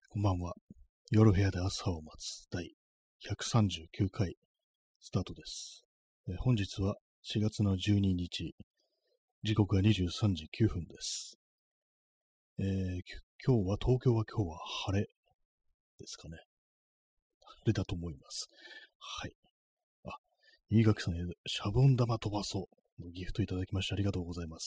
こんばんは。夜部屋で朝を待つ第139回スタートです。本日は4月の12日、時刻が23時9分です。今日は晴れですかね。晴れだと思います。はい。新垣さんへシャボン玉飛ばそうのギフトいただきましてありがとうございます。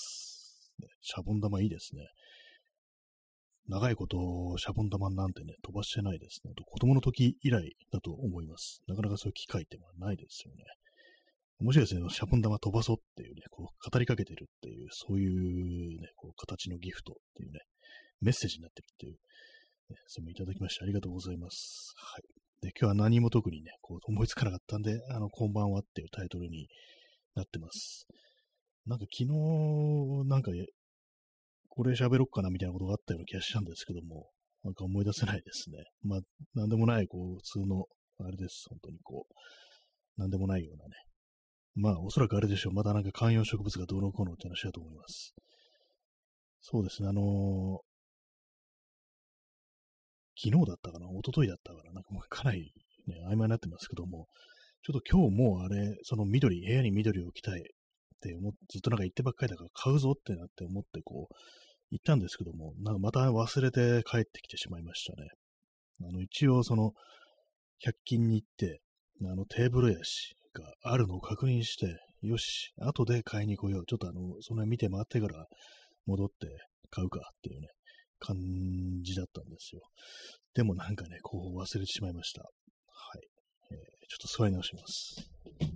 シャボン玉いいですね。長いことシャボン玉なんてね、飛ばしてないですね。子供の時以来だと思います。なかなかそういう機会ってないですよね。面白いですね。シャボン玉飛ばそうっていうね、語りかけてるっていう、そういうね、形のギフトっていうね、メッセージになってるっていう、ね、それもいただきましてありがとうございます。はい。で、今日は何も特にね、思いつかなかったんで、こんばんはっていうタイトルになってます。なんか昨日、これ喋ろっかなみたいなことがあったような気がしたんですけども、なんか思い出せないですね。なんでもない、普通の、あれです。本当になんでもないようなね。おそらくあれでしょう。またなんか観葉植物がどうのこうのって話だと思います。そうですね。昨日だったかな、一昨日だったかな、なんかもうかなりね、曖昧になってますけども、ちょっと今日もうあれ、その部屋に緑を置きたいってずっとなんか言ってばっかりだから買うぞってなって思って行ったんですけども、なんかまた忘れて帰ってきてしまいましたね。一応100均に行って、テーブルヤシがあるのを確認して、よし、後で買いに来よう。ちょっとその辺見て回ってから戻って買うかっていうね、感じだったんですよ。でもなんかね、忘れてしまいました。はい。ちょっと座り直します。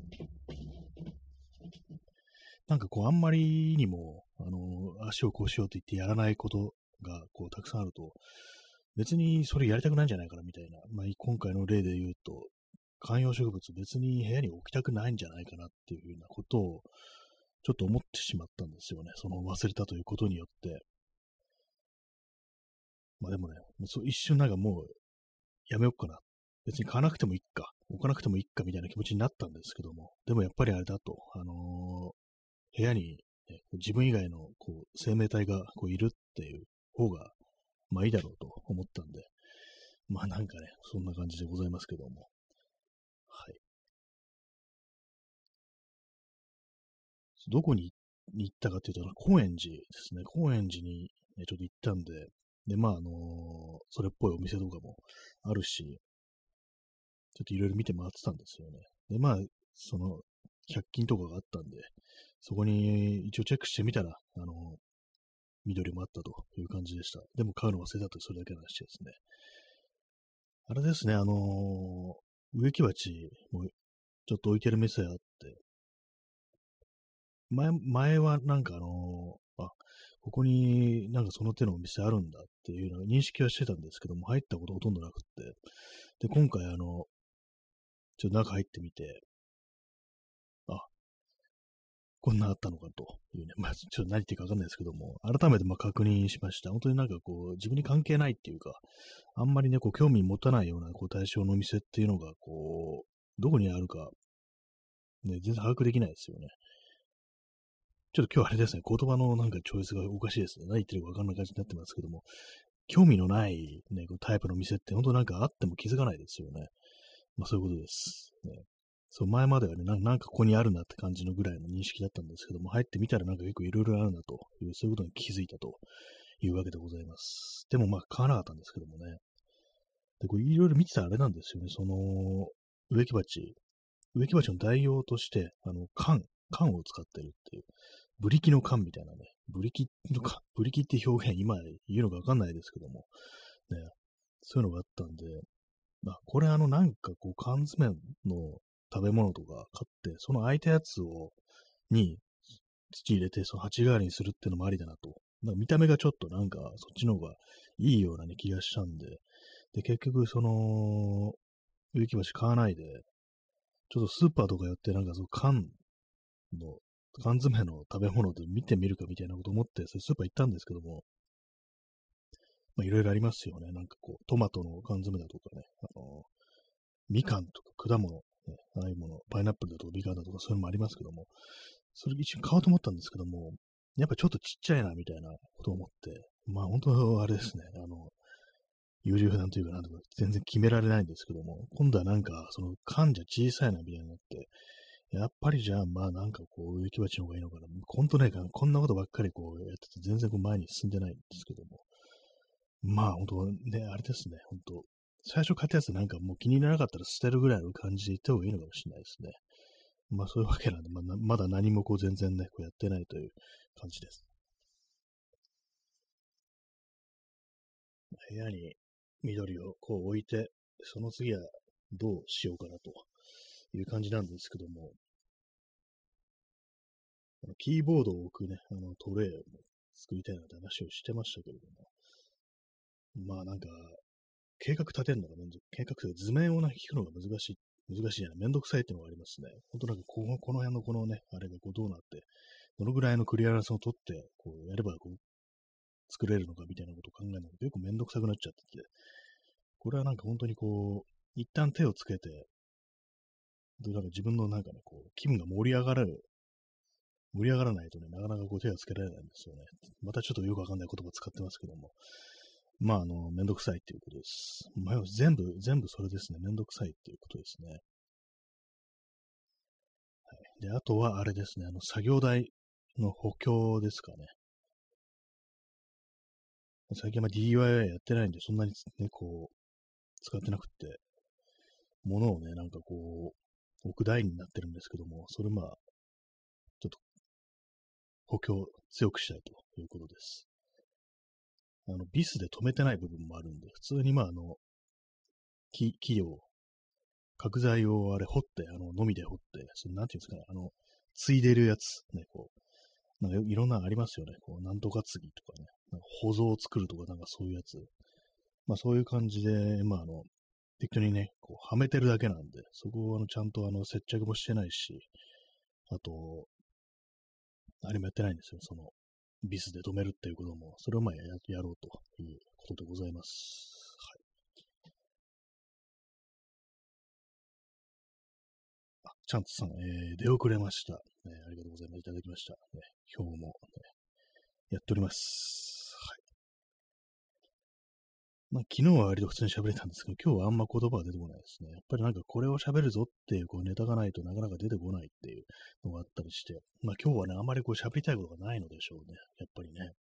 なんかあんまりにも、足をこうしようと言ってやらないことが、たくさんあると、別にそれやりたくないんじゃないかなみたいな。今回の例で言うと、観葉植物別に部屋に置きたくないんじゃないかなっていうふうなことを、ちょっと思ってしまったんですよね。その忘れたということによって。でもね、一瞬なんかもう、やめようかな。別に買わなくてもいいか。置かなくてもいいかみたいな気持ちになったんですけども。でもやっぱりあれだと、部屋に、ね、自分以外の生命体がいるっていう方が、いいだろうと思ったんで、なんかね、そんな感じでございますけども。はい。どこに行ったかっていうと、高円寺ですね。高円寺に、ね、ちょっと行ったんで、で、それっぽいお店とかもあるし、ちょっといろいろ見て回ってたんですよね。で、100均とかがあったんで、そこに一応チェックしてみたら、緑もあったという感じでした。でも買うの忘れたというそれだけの話ですね。あれですね、植木鉢もちょっと置いてる店あって、前はなんかここになんかその手のお店あるんだっていうのを認識はしてたんですけども、入ったことほとんどなくって、で、今回ちょっと中入ってみて、あ、こんなあったのかというね、ちょっと何言ってるかわかんないですけども、改めて確認しました。本当になんか自分に関係ないっていうか、あんまりね、興味持たないような対象のお店っていうのが、どこにあるか、ね、全然把握できないですよね。ちょっと今日あれですね、言葉のなんかチョイスがおかしいですね。何言ってるかわかんない感じになってますけども、興味のないね、タイプの店って本当なんかあっても気づかないですよね。そういうことです。ね、そう、前まではね、なんかここにあるなって感じのぐらいの認識だったんですけども、入ってみたらなんか結構いろいろあるなという、そういうことに気づいたというわけでございます。でも買わなかったんですけどもね。で、いろいろ見てたらあれなんですよね、植木鉢。植木鉢の代用として、缶を使ってるっていう、ブリキの缶みたいなね、ブリキって表現、今言うのかわかんないですけども、ね、そういうのがあったんで、これなんか缶詰の食べ物とか買って、その空いたやつに土入れて、その鉢代わりにするっていうのもありだなと。見た目がちょっとなんか、そっちの方がいいような、ね、気がしたんで、で、結局、植木鉢買わないで、ちょっとスーパーとか寄って、なんか缶詰の食べ物で見てみるかみたいなこと思って、それスーパー行ったんですけども、いろいろありますよね。なんかトマトの缶詰だとかね、みかんとか果物、ね、ああいうもの、パイナップルだとかみかんだとかそういうのもありますけども、それ一瞬買おうと思ったんですけども、やっぱちょっとちっちゃいなみたいなことを思って、本当はあれですね、 優柔不断というか、なんとか全然決められないんですけども、今度はなんか、その患者小さいなみたいになって、やっぱりじゃあ、まあなんかこう、植木鉢の方がいいのかな。ほんとね、こんなことばっかりこうやってて全然こう前に進んでないんですけども。まあ本当ね、あれですね、本当最初買ったやつなんかもう気に入らなかったら捨てるぐらいの感じで言った方がいいのかもしれないですね。まあそういうわけなんで、まだ何もこう全然ね、こうやってないという感じです。部屋に緑をこう置いて、その次はどうしようかなという感じなんですけども、キーボードを置くね、トレイを作りたいなって話をしてましたけれども、まあなんか、計画立てるのが計画性、図面を引くのが難しいじゃない、めんどくさいっていうのがありますね。ほんとなんかこの辺のこのね、あれがこうどうなって、どのぐらいのクリアランスを取って、こうやればこう作れるのかみたいなことを考えるのが結構めんどくさくなっちゃってて、これはなんか本当にこう、一旦手をつけて、で、なんか自分のなんかね、こう、気分が盛り上がらないとね、なかなかこう手がつけられないんですよね。またちょっとよくわかんない言葉使ってますけども。まあ、めんどくさいっていうことです。まあ、全部それですね。めんどくさいっていうことですね。はい。で、あとはあれですね。作業台の補強ですかね。最近は DIY やってないんで、そんなにね、こう、使ってなくって、物をね、なんかこう、置く台になってるんですけども、それまあ、ちょっと補強強くしたいということです。ビスで止めてない部分もあるんで、普通にまあ、木を、角材をあれ掘って、のみで掘って、そのなんていうんですかね、継いでるやつ、ね、こう、なんかいろんなのありますよね。こう、なんとか継ぎとかね、なんか保蔵を作るとか、なんかそういうやつ。まあそういう感じで、まあ適当にね、こう、はめてるだけなんで、そこをちゃんと接着もしてないし、あと、あれもやってないんですよ。その、ビスで止めるっていうことも、それをまあやろうということでございます。はい。チャンツさん、出遅れました。ありがとうございます。いただきました。今日も、やっております。はい。まあ、昨日は割と普通に喋れたんですけど、今日はあんま言葉が出てこないですね。やっぱりなんかこれを喋るぞっていうこうネタがないとなかなか出てこないっていうのがあったりして、まあ今日はね、あまりこう喋りたいことがないのでしょうね。やっぱりね。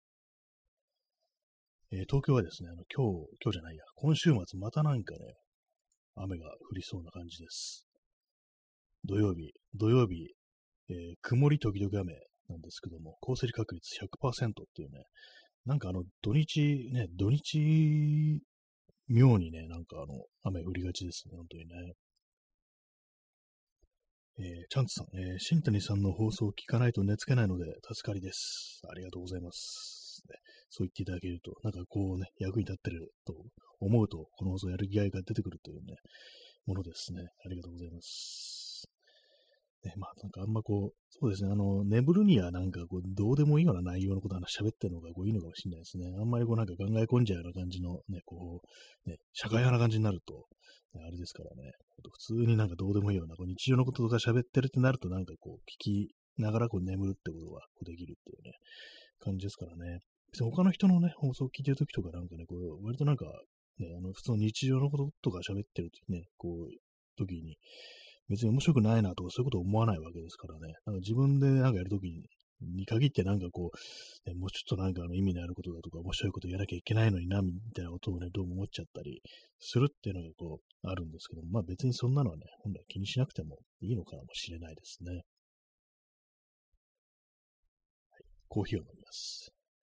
東京はですね、今日じゃないや、今週末またなんかね、雨が降りそうな感じです。土曜日、曇り時々雨なんですけども、降水確率100%っていうね、なんか土日、妙にね、なんか雨降りがちですね、本当にね。チャンツさん、新谷さんの放送を聞かないと寝つけないので助かりです。ありがとうございます。ね、そう言っていただけると、なんかこうね、役に立ってると思うと、この放送やる気合が出てくるというね、ものですね。ありがとうございます。ね、まあ、なんかあんまこう、そうですね、眠るにはなんかこう、どうでもいいような内容のことを喋ってるのがこういいのかもしれないですね。あんまりこうなんか考え込んじゃうような感じのね、こう、ね、社会派な感じになると、ね、あれですからね、普通になんかどうでもいいような、こう日常のこととか喋ってるってなるとなんかこう、聞きながらこう眠るってことがこうできるっていうね、感じですからね。別に他の人のね、放送を聞いてるときとかなんかね、こう、割となんか、ね、普通の日常のこととか喋ってるときね、こう、時に、別に面白くないなとかそういうこと思わないわけですからね。なんか自分でなんかやるときに限ってなんかこう、ね、もうちょっとなんか意味のあることだとか面白いことやらなきゃいけないのにな、みたいなことをね、どうも思っちゃったりするっていうのがこう、あるんですけども、まあ別にそんなのはね、本来気にしなくてもいいのかもしれないですね。コーヒーを飲みます。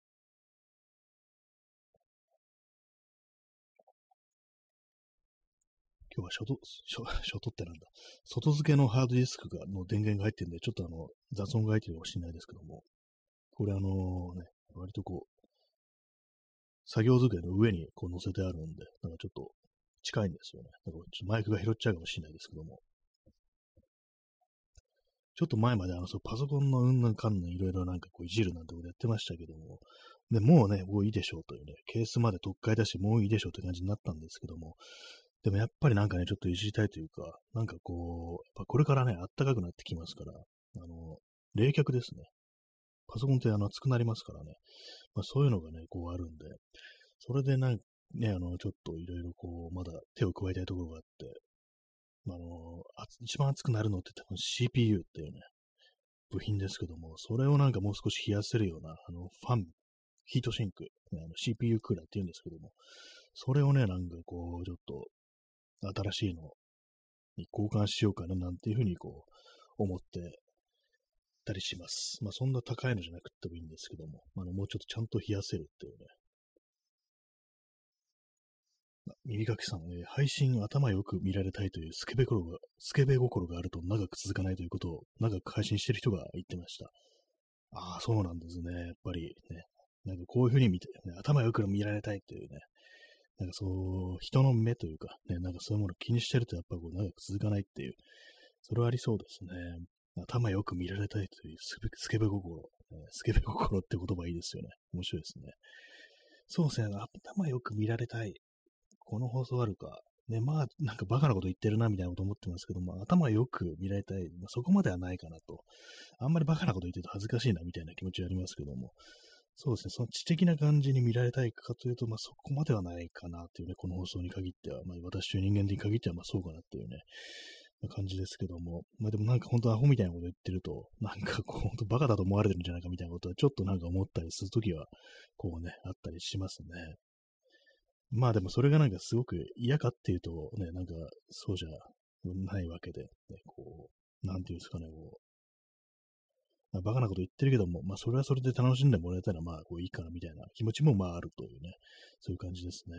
今日はショトってなんだ。外付けのハードディスクの電源が入ってるんで、ちょっと雑音が入ってるかもしれないですけども、これ割とこう、作業机の上にこう乗せてあるんで、なんかちょっと近いんですよね。だからちょっとマイクが拾っちゃうかもしれないですけども、ちょっと前までそうパソコンのうんぬんかんぬんいろいろなんかこういじるなんてことやってましたけども、で、もうね、もういいでしょうというね、ケースまで取っ替えだし、もういいでしょうって感じになったんですけども、でもやっぱりなんかね、ちょっといじりたいというか、なんかこう、やっぱこれからね、あったかくなってきますから、冷却ですね。パソコンって熱くなりますからね。まあそういうのがね、こうあるんで、それでね、ちょっといろいろこう、まだ手を加えたいところがあって、一番熱くなるのって多分 CPU っていうね、部品ですけども、それをなんかもう少し冷やせるような、ヒートシンク、ね、CPU クーラーって言うんですけども、それをね、なんかこう、ちょっと新しいのに交換しようかななんていうふうにこう、思ってたりします。まあそんな高いのじゃなくてもいいんですけども、もうちょっとちゃんと冷やせるっていうね。耳かきさん、配信頭よく見られたいというスケベ心があると長く続かないということを長く配信してる人が言ってました。ああ、そうなんですね。やっぱりね、なんかこういうふうに見て、ね、頭よく見られたいというね、なんかそう、人の目というか、ね、なんかそういうものを気にしてるとやっぱこう長く続かないっていう、それはありそうですね。頭よく見られたいというスケベ心、スケベ心って言葉いいですよね。面白いですね。そうですね。頭よく見られたい。この放送あるか。ね、まあ、なんかバカなこと言ってるな、みたいなこと思ってますけども、頭よく見られたい。まあ、そこまではないかなと。あんまりバカなこと言ってると恥ずかしいな、みたいな気持ちはありますけども。そうですね。その知的な感じに見られたいかというと、まあ、そこまではないかなっていうね、この放送に限っては、まあ、私という人間に限っては、まあ、そうかなっていうね、感じですけども。まあ、でもなんか本当アホみたいなこと言ってると、なんかこう、本当バカだと思われてるんじゃないかみたいなことは、ちょっとなんか思ったりするときは、こうね、あったりしますね。まあでもそれがなんかすごく嫌かっていうとね、なんかそうじゃないわけで、ね、こう、なんていうんですかね、こう、まあ、バカなこと言ってるけども、まあそれはそれで楽しんでもらえたらまあこういいかなみたいな気持ちもまああるというね、そういう感じですね。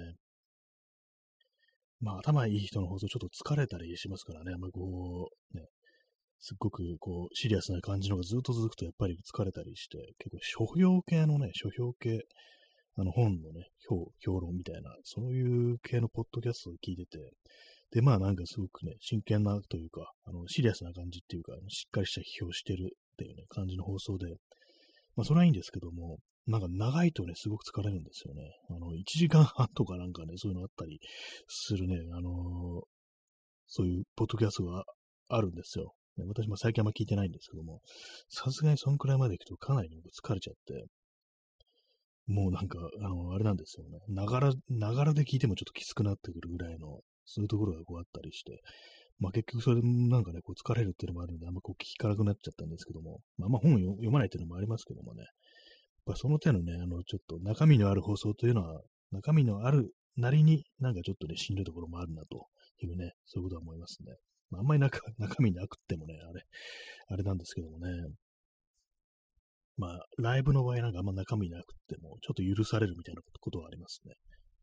まあ頭いい人の放送ちょっと疲れたりしますからね、あんまりこう、ね、すっごくこうシリアスな感じのがずっと続くとやっぱり疲れたりして、結構書評系のね、書評系、本のね、評論みたいな、そういう系のポッドキャストを聞いてて、で、まあなんかすごくね、真剣なというか、シリアスな感じっていうか、しっかりした批評してるっていうね、感じの放送で、まあそれはいいんですけども、なんか長いとね、すごく疲れるんですよね。1時間半とかなんかね、そういうのあったりするね、そういうポッドキャストがあるんですよ。私も最近あんま聞いてないんですけども、さすがにそんくらいまで行くとかなり疲れちゃって、もうなんか、あれなんですよね。ながらで聞いてもちょっときつくなってくるぐらいの、そういうところがこうあったりして、まあ結局それでなんかね、こう疲れるっていうのもあるんで、あんまこう聞かなくなっちゃったんですけども、まあ本を読まないっていうのもありますけどもね、やっぱその手のね、ちょっと中身のある放送というのは、中身のあるなりになんかちょっとね、しんどいところもあるなというね、そういうことは思いますね。まあ、あんまり中身なくってもね、あれなんですけどもね、まあ、ライブの場合なんかあんま中身なくっても、ちょっと許されるみたいなことはありますね。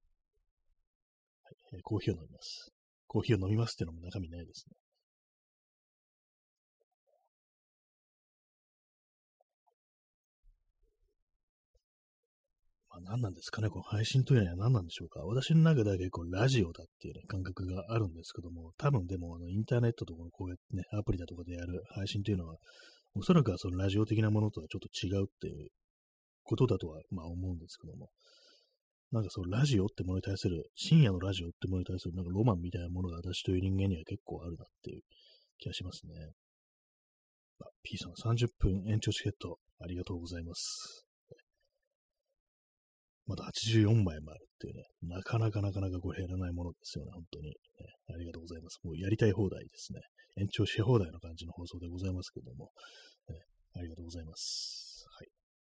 コーヒーを飲みます。コーヒーを飲みますっていうのも中身ないですね。まあ、何なんですかね、この配信というのは何なんでしょうか。私の中では結構ラジオだっていうね、感覚があるんですけども、多分でもインターネットとかこうやってね、アプリだとかでやる配信というのは、おそらくはそのラジオ的なものとはちょっと違うっていうことだとは、まあ思うんですけども、なんかそのラジオってものに対する、深夜のラジオってものに対するなんかロマンみたいなものが私という人間には結構あるなっていう気がしますね。P さん30分延長チケットありがとうございます。まだ84枚もあるっていうね、なかなかこれ減らないものですよね、本当に、ね。ありがとうございます。もうやりたい放題ですね。延長し放題の感じの放送でございますけども、ありがとうございます。はい。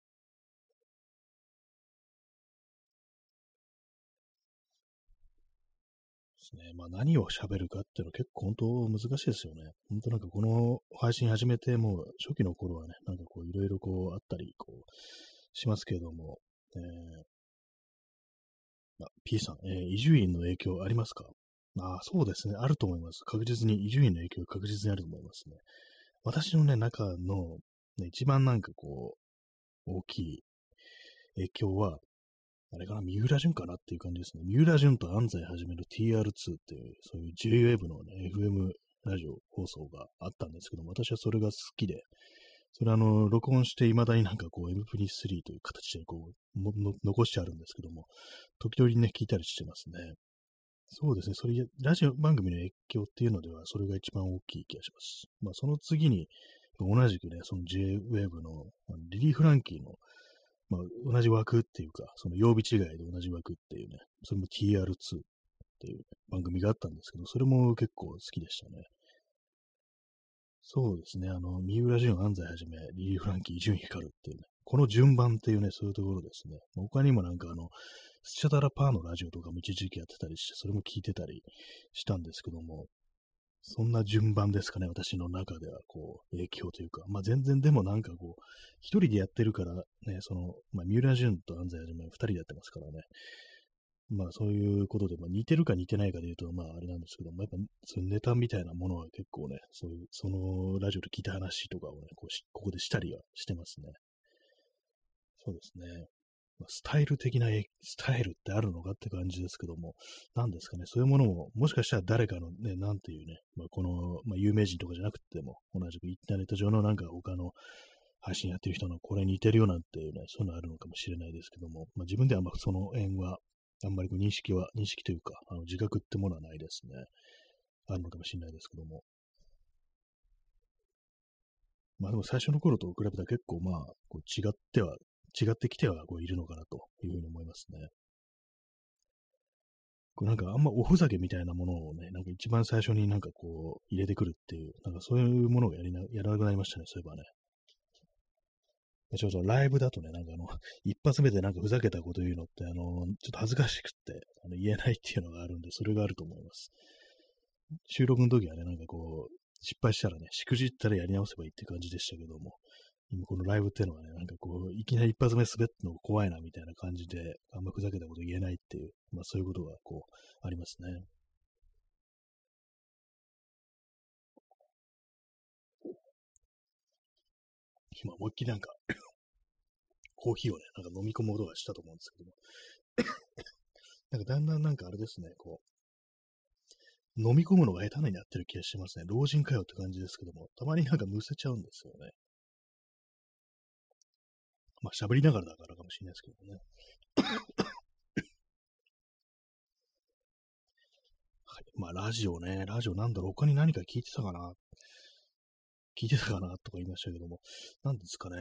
ですね。まあ何を喋るかっていうのは結構本当難しいですよね。本当なんかこの配信始めてもう初期の頃はね、なんかこういろいろこうあったりこうしますけれども、P さん、伊集院の影響ありますか？そうですね。あると思います。確実に、伊集院の影響確実にあると思いますね。私のね、中の、ね、一番なんかこう、大きい影響は、あれかな、三浦淳かなっていう感じですね。三浦淳と安西はじめの TR2 っていう、そういう J-Wave のね、FM ラジオ放送があったんですけども、私はそれが好きで、それ録音して未だになんかこう MP3 という形でこう、残してあるんですけども、時々ね、聞いたりしてますね。そうですね。それ、ラジオ番組の影響っていうのでは、それが一番大きい気がします。まあ、その次に、同じくね、その J-Wave のリリー・フランキーのまあ、同じ枠っていうか、その曜日違いで同じ枠っていうね、それも TR2 っていう番組があったんですけど、それも結構好きでしたね。そうですね、三浦淳、安西はじめ、リリー・フランキー、伊集院光っていうね、この順番っていうね、そういうところですね。他にもなんかスチャダラパーのラジオとかも一時期やってたりして、それも聞いてたりしたんですけども、そんな順番ですかね、私の中では、影響というか、まあ全然でもなんか一人でやってるからね、まあ三浦淳と安西はじめ二人でやってますからね、まあそういうことで、まあ似てるか似てないかで言うと、まああれなんですけども、やっぱそういうネタみたいなものは結構ね、そういう、そのラジオで聞いた話とかをね、ここでしたりはしてますね。そうですね。まあ、スタイル的なスタイルってあるのかって感じですけども、なんですかね、そういうものも、もしかしたら誰かのね、なんていうね、まあ、まあ、有名人とかじゃなくても、同じくインターネット上のなんか他の配信やってる人のこれ似てるよなんていうね、そういうのあるのかもしれないですけども、まあ、自分ではその辺は、あんまり認識というか、自覚ってものはないですね。あるのかもしれないですけども。まあでも最初の頃と比べたら結構まあ、違ってきてはいるのかなというふうに思いますね。なんかあんまおふざけみたいなものをね、なんか一番最初になんか入れてくるっていう、なんかそういうものをやらなくなりましたね、そういえばね。ちょっとライブだとね、なんか一発目でなんかふざけたこと言うのって、ちょっと恥ずかしくって、言えないっていうのがあるんで、それがあると思います。収録の時はね、なんか失敗したらね、しくじったらやり直せばいいって感じでしたけども、今このライブっていうのはね、なんかいきなり一発目滑ったのが怖いなみたいな感じで、あんまふざけたこと言えないっていう、まあそういうことがありますね。今思いっきりなんかコーヒーをね、なんか飲み込む音がしたと思うんですけども、なんかだんだんなんかあれですね、飲み込むのが下手になってる気がしますね。老人かよって感じですけども、たまになんかむせちゃうんですよね。まあ喋りながらだからかもしれないですけどね。はい。まあラジオなんだろう、他に何か聞いてたかなとか言いましたけども、なんですかね。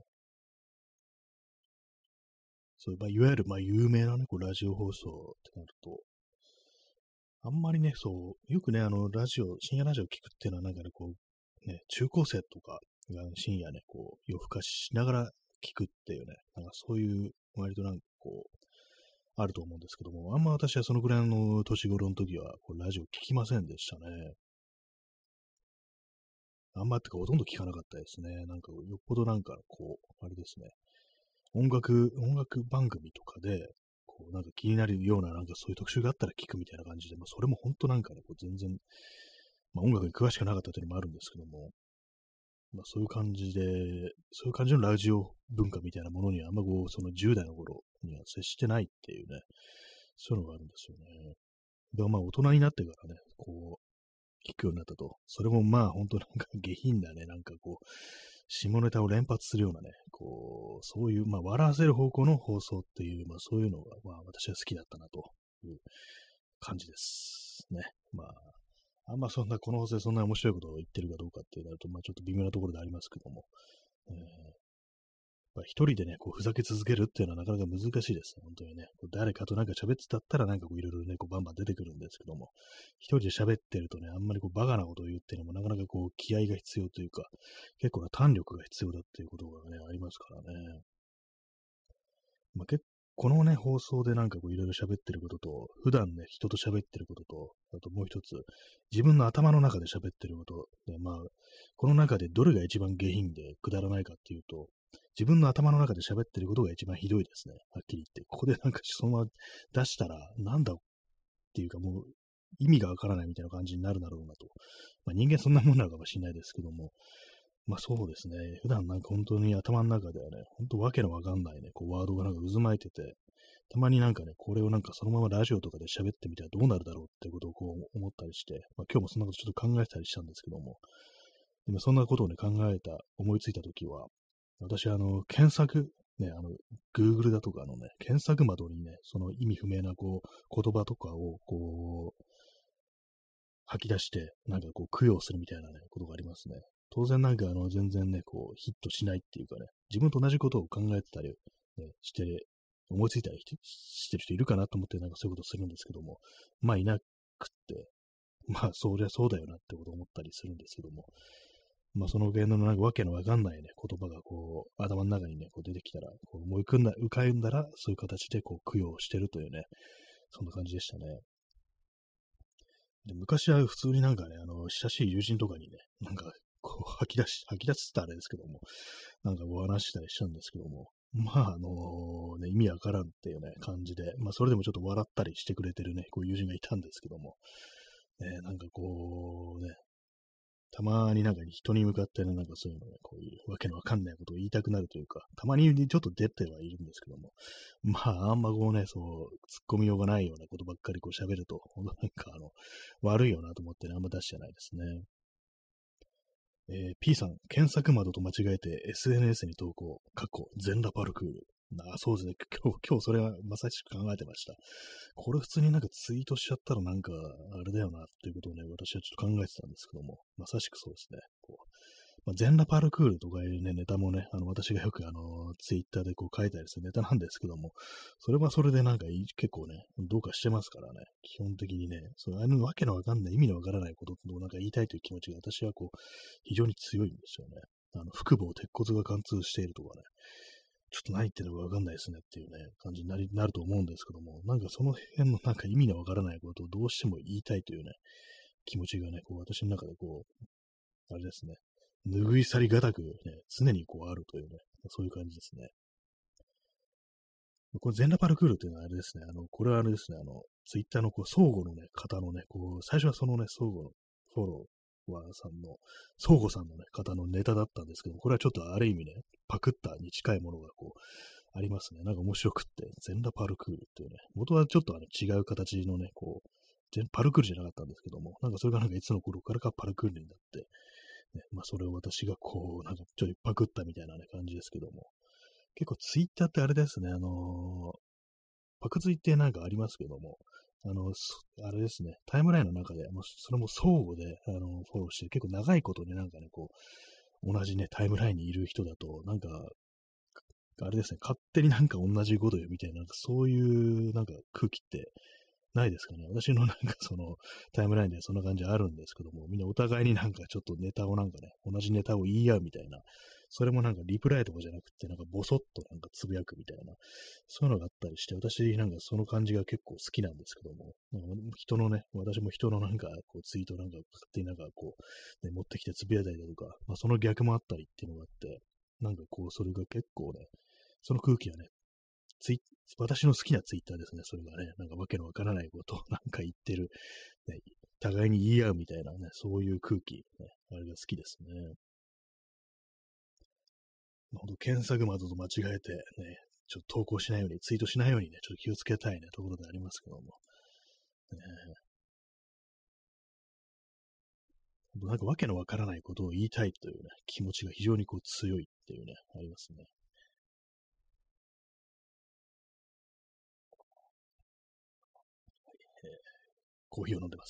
そう、まあ、いわゆる、まあ、有名なね、ラジオ放送ってなると、あんまりね、よくね、深夜ラジオ聞くっていうのは、なんかね、中高生とかが深夜ね、夜更かししながら聞くっていうね、なんかそういう、割となんかあると思うんですけども、あんま私はそのぐらいの年頃の時は、ラジオ聞きませんでしたね。あんまってか、ほとんど聞かなかったですね。なんか、よっぽどなんか、あれですね、音楽番組とかで、なんか気になるような、なんかそういう特集があったら聞くみたいな感じで、まあ、それも本当なんかね、全然、まあ、音楽に詳しくなかったというのもあるんですけども、まあ、そういう感じのラジオ文化みたいなものには、あんまその10代の頃には接してないっていうね、そういうのがあるんですよね。でもまあ、大人になってからね、聞くようになったと。それもまあ、本当なんか下品なね、なんか下ネタを連発するようなね、そういう、まあ、笑わせる方向の放送っていう、まあ、そういうのが、まあ、私は好きだったなという感じですね。まあ、あんまそんな、この放送でそんな面白いことを言ってるかどうかってなると、まあ、ちょっと微妙なところでありますけども、まあ、一人でね、ふざけ続けるっていうのはなかなか難しいですね、本当にね。誰かとなんか喋ってたったらなんかいろいろね、バンバン出てくるんですけども、一人で喋ってるとね、あんまりバカなことを言うっていうのもなかなか気合が必要というか、結構な胆力が必要だっていうことがね、ありますからね。まあ、このね、放送でなんかいろいろ喋ってることと、普段ね、人と喋ってることと、あともう一つ、自分の頭の中で喋ってることで、まあ、この中でどれが一番下品でくだらないかっていうと、自分の頭の中で喋ってることが一番ひどいですね。はっきり言って。ここでなんかそのまま出したら、なんだっていうかもう、意味がわからないみたいな感じになるだろうなと。まあ、人間そんなもんなのかもしれないですけども、まあそうですね。普段なんか本当に頭の中ではね、本当わけのわかんないね、ワードがなんか渦巻いてて、たまになんかね、これをなんかそのままラジオとかで喋ってみたらどうなるだろうってことを思ったりして、まあ今日もそんなことちょっと考えたりしたんですけども、でもそんなことをね、思いついたときは、私検索、ね、Google だとか検索窓にね、その意味不明な言葉とかを吐き出して、なんか供養するみたいなね、ことがありますね。当然なんか全然ね、ヒットしないっていうかね、自分と同じことを考えてたりね、思いついたりしてる人いるかなと思って、なんかそういうことするんですけども、まあいなくって、まあそりゃそうだよなってことを思ったりするんですけども、まあその辺のなんかわけのわかんないね、言葉がこう、頭の中にね、こう出てきたら、こう浮かんだら、そういう形でこう供養してるというね、そんな感じでしたね。で昔は普通になんかね、親しい友人とかにね、なんか、こう、吐き出すってあれですけども、なんかお話ししたりしたんですけども、まあ、意味わからんっていうね、感じで、まあ、それでもちょっと笑ったりしてくれてるね、こう友人がいたんですけども、なんかこう、ね、たまになんか人に向かってね、なんかそういうのね、こういうわけのわかんないことを言いたくなるというか、たまにちょっと出てはいるんですけども、まあ、あんまこうね、そう、突っ込みようがないようなことばっかりこう喋ると、ほんとなんか悪いよなと思ってね、あんま出してないですね。P さん、検索窓と間違えて SNS に投稿、全裸パルクール。そうですね。今日それはまさしく考えてました。これ普通になんかツイートしちゃったらなんか、あれだよなっていうことをね、私はちょっと考えてたんですけども、まさしくそうですね。まあ、全裸パルクールとかいうね、ネタもね、私がよくツイッターでこう書いたりするネタなんですけども、それはそれでなんか結構ね、どうかしてますからね、基本的にね、わけのわかんない、意味のわからないことをなんか言いたいという気持ちが私はこう、非常に強いんですよね。腹部を鉄骨が貫通しているとかね、ちょっと何言ってるのかわかんないですねっていうね、感じになると思うんですけども、なんかその辺のなんか意味のわからないことをどうしても言いたいというね、気持ちがね、こう私の中でこう、あれですね、拭い去りがたくね、常にこうあるというね、そういう感じですね。これ、ゼンラパルクールっていうのはあれですね、これはあれですね、ツイッターのこう、相互のね、方のね、こう、最初はそのね、相互のフォロワーさんの、相互さんのね、方のネタだったんですけどこれはちょっとある意味ね、パクったに近いものがこう、ありますね。なんか面白くって、ゼンラパルクールっていうね、元はちょっと違う形のね、こう、パルクールじゃなかったんですけども、なんかそれがなんかいつの頃からかパルクールになって、ね、まあそれを私がこう、なんかちょっとパクったみたいなね、感じですけども、結構ツイッターってあれですね、パクツイってなんかありますけども、あれですね、タイムラインの中で、それも相互で、フォローして、結構長いことになんかね、こう、同じね、タイムラインにいる人だと、なんか、あれですね、勝手になんか同じこと言うみたいな、なんかそういうなんか空気ってないですかね。私のなんかそのタイムラインでそんな感じあるんですけども、みんなお互いになんかちょっとネタをなんかね、同じネタを言い合うみたいな、それもなんかリプライとかじゃなくて、なんかボソッとなんかつぶやくみたいな、そういうのがあったりして、私なんかその感じが結構好きなんですけども、なんか人のね、私も人のなんかこうツイートなんか勝手になんかこう、ね、持ってきてつぶやいたりだとか、まあその逆もあったりっていうのがあって、なんかこう、それが結構ね、その空気はね、私の好きなツイッターですね、それがね。なんかわけのわからないことをなんか言ってる、ね、互いに言い合うみたいなね、そういう空気、ね、あれが好きですね。ほんと検索窓と間違えて、ね、ちょっと投稿しないように、ツイートしないようにね、ちょっと気をつけたいね、ところでありますけども。ね、なんかわけのわからないことを言いたいというね、気持ちが非常にこう強いっていうね、ありますね。コーヒーを飲んでます。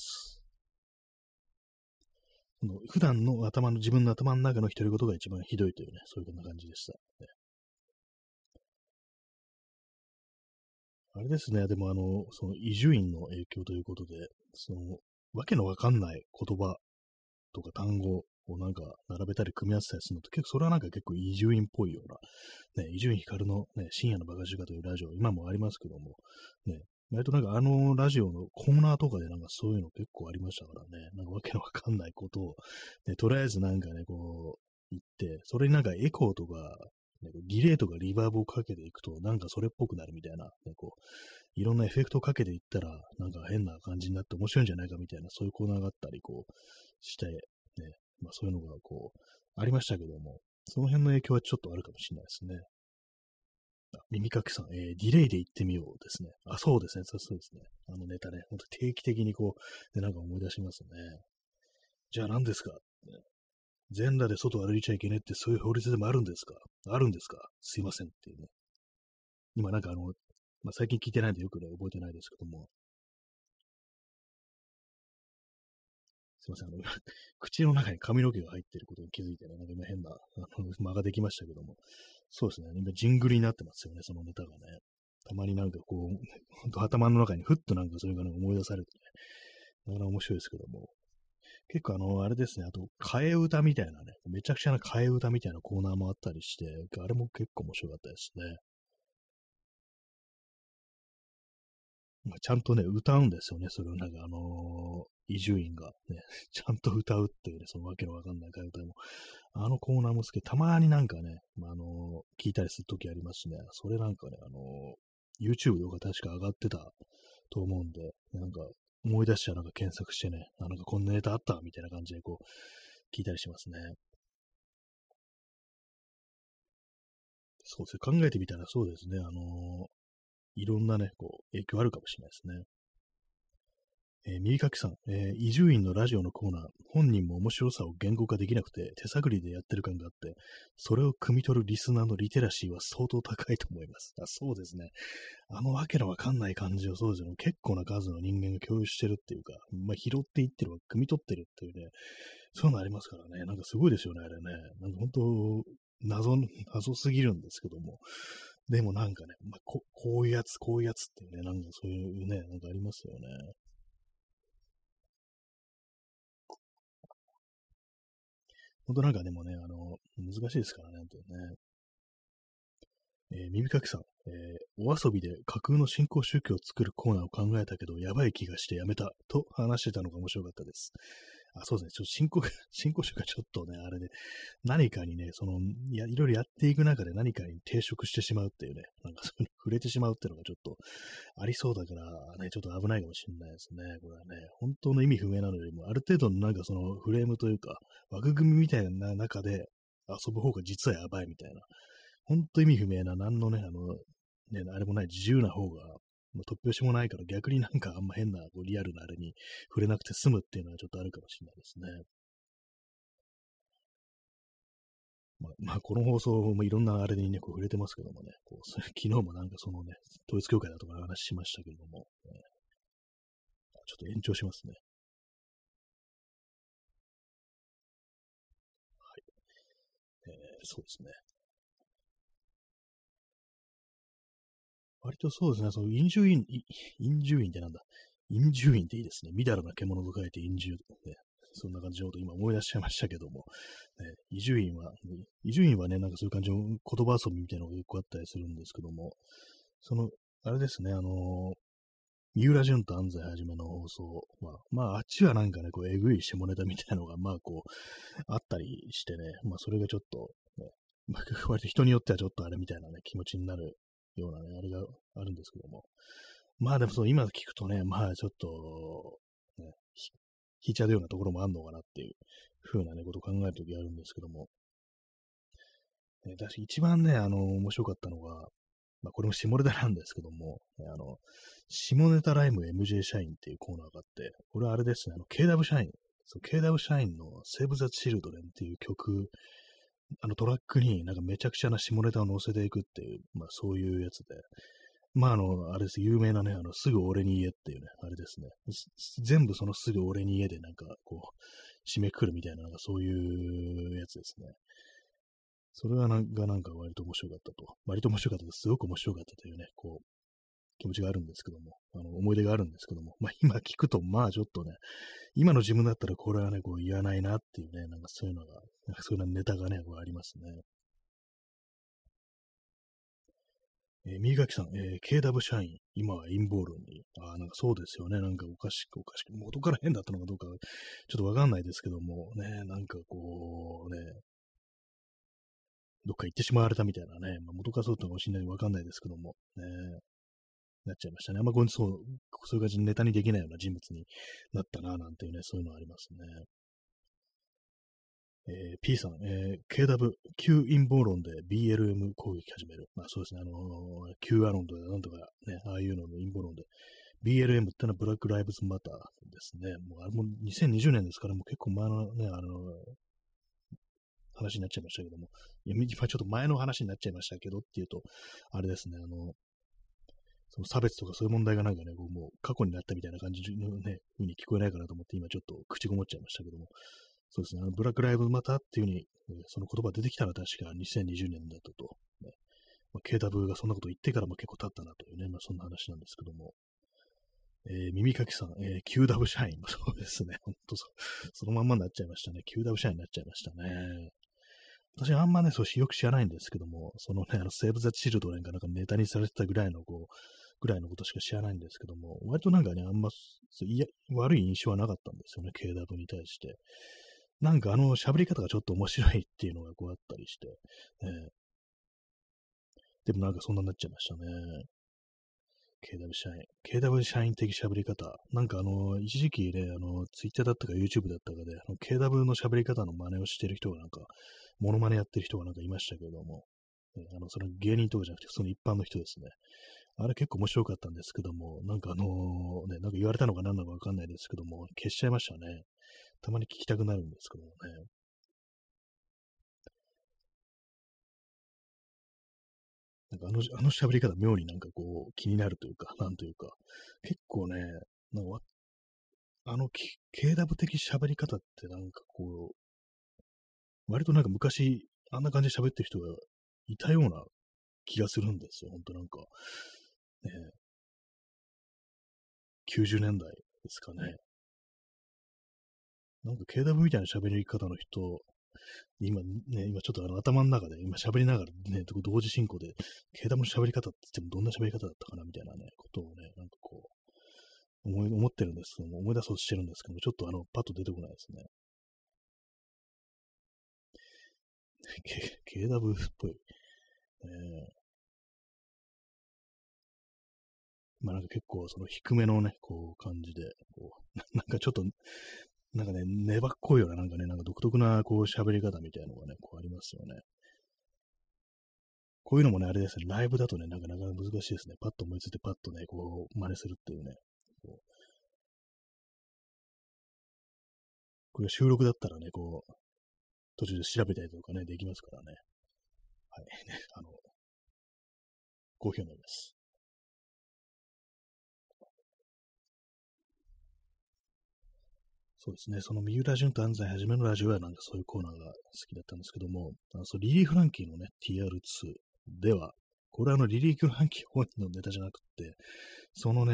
普段の自分の頭の中の独り言が一番ひどいというね、そういう感じでした。ね、あれですね、でもその伊集院の影響ということで、わけのわかんない言葉とか単語をなんか並べたり組み合わせたりするのと、それはなんか結構伊集院っぽいような、ね、伊集院光のね、深夜のバカ力というラジオ、今もありますけども、ね、割となんかラジオのコーナーとかでなんかそういうの結構ありましたからね、なんかわけのわかんないことを、ね、とりあえずなんかね、こう、言って、それになんかエコーとか、ね、ディレイとかリバーブをかけていくと、なんかそれっぽくなるみたいな、ね、こう、いろんなエフェクトをかけていったら、なんか変な感じになって面白いんじゃないかみたいな、そういうコーナーがあったり、こう、して、ね、まあそういうのがこう、ありましたけども、その辺の影響はちょっとあるかもしれないですね。耳かきさん、ディレイで言ってみようですね。そうですね。そうですね。あのネタね、ほんと定期的にこう、で、なんか思い出しますね。じゃあ何ですか、ね、全裸で外歩いちゃいけねえってそういう法律でもあるんですか？あるんですか？すいませんっていうね。今なんかまあ、最近聞いてないんでよくね、覚えてないですけども、すいません、口の中に髪の毛が入っていることに気づいてね、なんか今変な、間ができましたけども、 そうですね。今、ジングルになってますよね、そのネタがね。たまになんかこう、ほんと頭の中にふっとなんかそれがね、思い出されてね、なかなか面白いですけども。結構あれですね、あと、替え歌みたいなね、めちゃくちゃな替え歌みたいなコーナーもあったりして、あれも結構面白かったですね。まあ、ちゃんとね、歌うんですよね、それをなんか伊集院がね、ちゃんと歌うっていうね、そのわけのわかんない替え歌も。あのコーナーも好き、たまになんかね、聞いたりするときありますね。それなんかね、YouTube とか確か上がってたと思うんで、なんか思い出しちゃなんか検索してね、なんかこんなネタあったみたいな感じでこう、聞いたりしますね。そうですね、考えてみたらそうですね、いろんなね、こう、影響あるかもしれないですね。右かきさん、伊集院のラジオのコーナー、本人も面白さを言語化できなくて手探りでやってる感があって、それを汲み取るリスナーのリテラシーは相当高いと思います。あ、そうですね。あのわけのわかんない感じをそうですよね。結構な数の人間が共有してるっていうか、まあ、拾っていってるわ、汲み取ってるっていうね、そういうのありますからね。なんかすごいですよね、あれね。なんか本当、謎すぎるんですけども。でもなんかね、まあ、こういうやつ、こういうやつっていうね、なんかそういうね、なんかありますよね。本当なんかでもね、難しいですからね、本当にね。耳かきさん、お遊びで架空の新興宗教を作るコーナーを考えたけど、やばい気がしてやめたと話してたのが面白かったです。あ、そうですね。ちょっと新興宗教はちょっとね、あれで、何かにね、いろいろやっていく中で何かに抵触してしまうっていうね、なんかそういうの触れてしまうっていうのがちょっとありそうだからね、ちょっと危ないかもしれないですね。これはね、本当の意味不明なのよりも、ある程度のなんかそのフレームというか、枠組みみたいな中で遊ぶ方が実はやばいみたいな、本当意味不明な、何のね、ね、あれもない自由な方が、突拍子もないから逆になんかあんま変なこうリアルなあれに触れなくて済むっていうのはちょっとあるかもしれないですね。まあ、この放送もいろんなあれにね、こう触れてますけどもね、こう昨日もなんかそのね、統一教会だとか話しましたけれども、ちょっと延長しますね。はい。そうですね。割とそうですね、その陰獣院ってなんだ。陰獣院っていいですね。みだらな獣と書いて陰獣、ね。そんな感じのこと今思い出しちゃいましたけども、伊集院はね、なんかそういう感じの言葉遊びみたいなのが結構あったりするんですけども、あれですね、三浦淳と安西はじめの放送、あっちはなんかね、こう、えぐい下ネタみたいなのが、こう、あったりしてね、それがちょっと、ね、割と人によってはちょっとあれみたいなね、気持ちになるようなね、あれがあるんですけども。でもそう、今聞くとね、ちょっと、ね、引いちゃうようなところもあるのかなっていう風なね、ことを考えるときあるんですけども。私一番ね、面白かったのが、これも下ネタなんですけども、下ネタライム MJ 社員っていうコーナーがあって、これはあれですね、KW 社員、そう、KW 社員のセーブ・ザ・チルドレンっていう曲、トラックになんかめちゃくちゃな下ネタを載せていくっていう、そういうやつで、あれです、有名なね、すぐ俺に言えっていうね、あれですね。全部そのすぐ俺に言えでなんか、こう、締めくくるみたいな、なんかそういうやつですね。それがなんか割と面白かったと。割と面白かったです。すごく面白かったというね、こう、気持ちがあるんですけども、思い出があるんですけども、今聞くと、ちょっとね、今の自分だったらこれはね、こう言わないなっていうね、なんかそういうのが、なんかそういうネタがね、こうありますね。右垣さん、KW 社員、今は陰謀論に。なんかそうですよね。なんかおかしく、元から変だったのかどうか、ちょっとわかんないですけども、ね、なんかこう、ね、どっか行ってしまわれたみたいなね、元からそうだったかもしれないわかんないですけども、ね、なっちゃいましたね。そういう感じでネタにできないような人物になったな、なんていうね、そういうのありますね。P さん、KW、Q 陰謀論で BLM 攻撃始める。そうですね、Q アロンとかなんとかね、ああいうのの陰謀論で、BLM ってのはブラックライブズマターですね。もうあれも2020年ですから、もう結構前のね、話になっちゃいましたけども、今ちょっと前の話になっちゃいましたけどっていうと、あれですね、その差別とかそういう問題がなんかね、こうもう過去になったみたいな感じのね、風に聞こえないかなと思って、今ちょっと口ごもっちゃいましたけども、 そうですね、ブラックライブマターっていう風に、その言葉出てきたのは確か2020年だったと。ねまあ、KW がそんなこと言ってからも結構経ったなというね、まあそんな話なんですけども。耳かきさん、QW 社員。そうですね。ほんとそのまんまになっちゃいましたね。QW 社員になっちゃいましたね。私あんまね、よく知らないんですけども、そのね、セーブ・ザ・チルドレンがなんかネタにされてたぐらいの、ぐらいのことしか知らないんですけども、割となんかね、あんま、悪い印象はなかったんですよね、KW に対して。なんか喋り方がちょっと面白いっていうのがあったりして、でもなんかそんなになっちゃいましたね。KW 社員。KW 社員的喋り方。なんか一時期ね、Twitter だったか YouTube だったかで、KW の喋り方の真似をしてる人がなんか、モノマネやってる人がなんかいましたけれども、その芸人とかじゃなくて、普通の一般の人ですね。あれ結構面白かったんですけども、なんかね、なんか言われたのか何なのかわかんないですけども、消しちゃいましたね。たまに聞きたくなるんですけどもね。なんかあの喋り方妙になんか気になるというか、なんというか、結構ね、なんかKW 的喋り方ってなんか割となんか昔、あんな感じで喋ってる人がいたような気がするんですよ。ほんとなんか、ね、90年代ですかね。なんか KW みたいな喋り方の人、今ちょっと頭の中で、今喋りながらね、同時進行で、KW の喋り方って言ってもどんな喋り方だったかなみたいなね、ことをね、なんか思ってるんですけども、思い出そうとしてるんですけども、ちょっとパッと出てこないですね。KW っぽい。まあなんか結構その低めのね、感じで、なんかちょっと、なんかね、粘っこいような、なんかね、なんか独特な喋り方みたいなのがね、ありますよね。こういうのもね、あれですね、ライブだとね、なんかなかなか難しいですね。パッと思いついてパッとね、真似するっていうね。これ収録だったらね、途中で調べたりとかね、できますからね。はい。ね、好評になります。そうですね、その三浦淳と安西はじめのラジオはなんかそういうコーナーが好きだったんですけども、リリー・フランキーのね、TR2 では、これはリリー・フランキー本人のネタじゃなくて、そのね、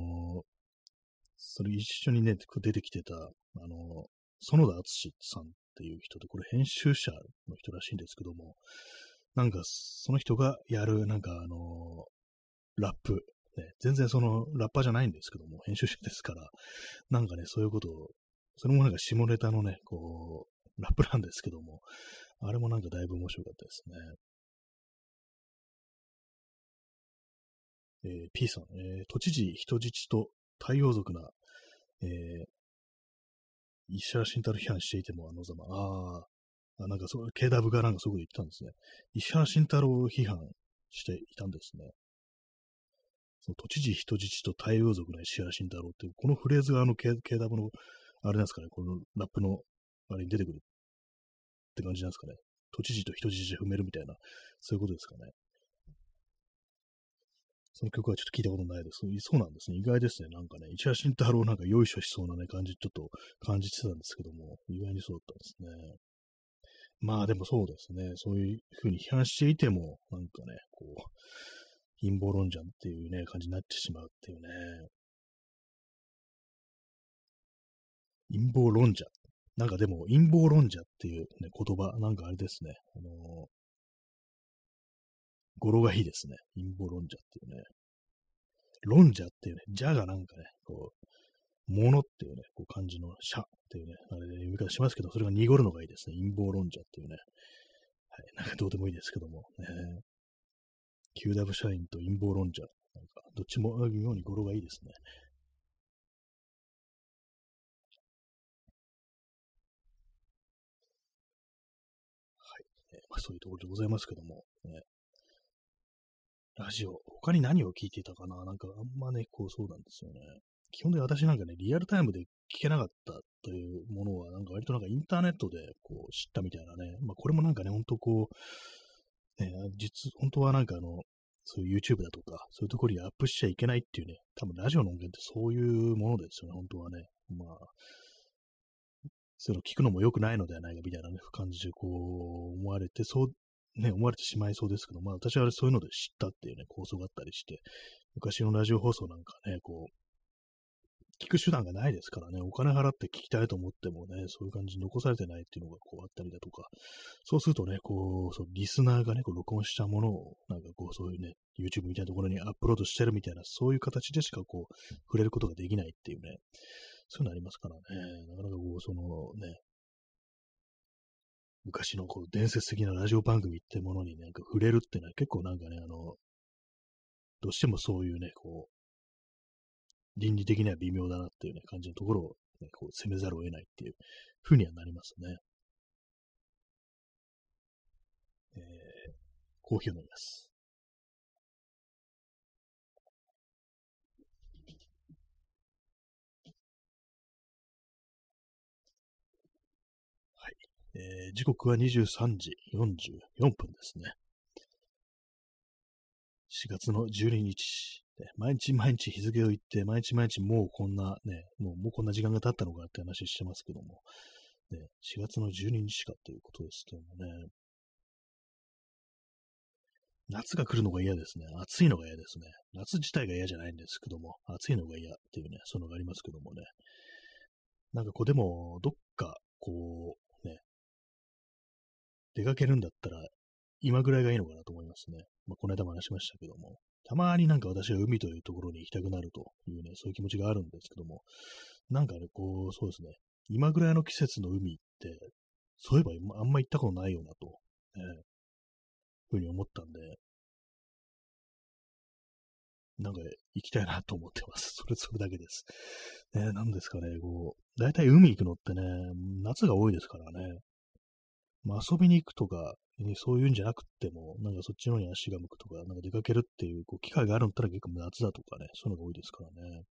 それ一緒にね、出てきてた、園田敦さんっていう人で、これ編集者の人らしいんですけども、なんかその人がやる、なんかラップ、ね、全然そのラッパーじゃないんですけども、編集者ですから、なんかね、そういうことを、それもなんか下ネタのね、ラップなんですけども、あれもなんかだいぶ面白かったですね。P さん、都知事人質と太陽族な、えー、石原慎太郎批判していてもざま。なんかKW がなんかそういうこと言ってたんですね。石原慎太郎批判していたんですね。その都知事人質と太陽族の石原慎太郎っていう、このフレーズがKW の、あれなんですかね、このラップの、あれに出てくるって感じなんですかね。都知事と人質で踏めるみたいな、そういうことですかね。その曲はちょっと聞いたことないです。そうなんですね。意外ですね。なんかね、石原慎太郎なんかよいしょしそうなね、感じ、ちょっと感じてたんですけども、意外にそうだったんですね。まあでもそうですね。そういうふうに批判していても、なんかね、陰謀論者っていうね、感じになってしまうっていうね。陰謀論者。なんかでも、陰謀論者っていうね、言葉、なんかあれですね。語呂がいいですね。陰謀論者っていうね。論者っていうね、者がなんかね、ものっていうね、漢字の者っていうね、あれで読み方しますけど、それが濁るのがいいですね。陰謀論者っていうね。はい。なんかどうでもいいですけども。QW 社員と陰謀論者。なんか、どっちも妙に語呂がいいですね。はい。まあ、そういうところでございますけども。ラジオ。他に何を聞いていたかななんかあんまね、そうなんですよね。基本的に私なんかね、リアルタイムで聞けなかったというものは、なんか割となんかインターネットで知ったみたいなね。まあこれもなんかね、ほんとね、本当はなんかそういう YouTube だとか、そういうところにアップしちゃいけないっていうね、多分ラジオの音源ってそういうものですよね、本当はね。まあ、 そういうの聞くのも良くないのではないかみたいな、ね、感じでこう思われて、そう、ね、思われてしまいそうですけど、まあ私はそういうので知ったっていうね、構想があったりして、昔のラジオ放送なんかね、こう、聞く手段がないですからね、お金払って聞きたいと思ってもね、そういう感じに残されてないっていうのがこうあったりだとか、そうするとね、こう、そうリスナーがね、こう録音したものを、なんかこう、そういうね、YouTube みたいなところにアップロードしてるみたいな、そういう形でしかこう、触れることができないっていうね、そういうのありますからね、なかなかこう、そのね、昔のこう伝説的なラジオ番組ってものになんか触れるっていうのは結構なんかね、どうしてもそういうね、こう、倫理的には微妙だなっていうね、感じのところを、ね、こう攻めざるを得ないっていう風にはなりますね。えー、コーヒーを飲みます。はい。時刻は23時44分ですね。4月の12日。毎日毎日日付を言って、毎日毎日もうこんなね、もうこんな時間が経ったのかって話してますけども、ね、4月の12日かということですけどもね、夏が来るのが嫌ですね。暑いのが嫌ですね。夏自体が嫌じゃないんですけども、暑いのが嫌っていうね、そういうのがありますけどもね。なんかこう、でも、どっか、こう、ね、出かけるんだったら、今ぐらいがいいのかなと思いますね。まあ、この間も話しましたけども、たまになんか私は海というところに行きたくなるというね、そういう気持ちがあるんですけども、なんかね、こう、そうですね、今ぐらいの季節の海って、そういえばあんま行ったことないよなと、ふうに思ったんで、なんか行きたいなと思ってます。それだけです。ね、なんですかね、こう、大体海行くのってね、夏が多いですからね。まあ、遊びに行くとか、そういうんじゃなくっても、なんかそっちの方に足が向くとか、なんか出かけるっていうこう機会があるんだったら結構夏だとかね、そういうのが多いですからね。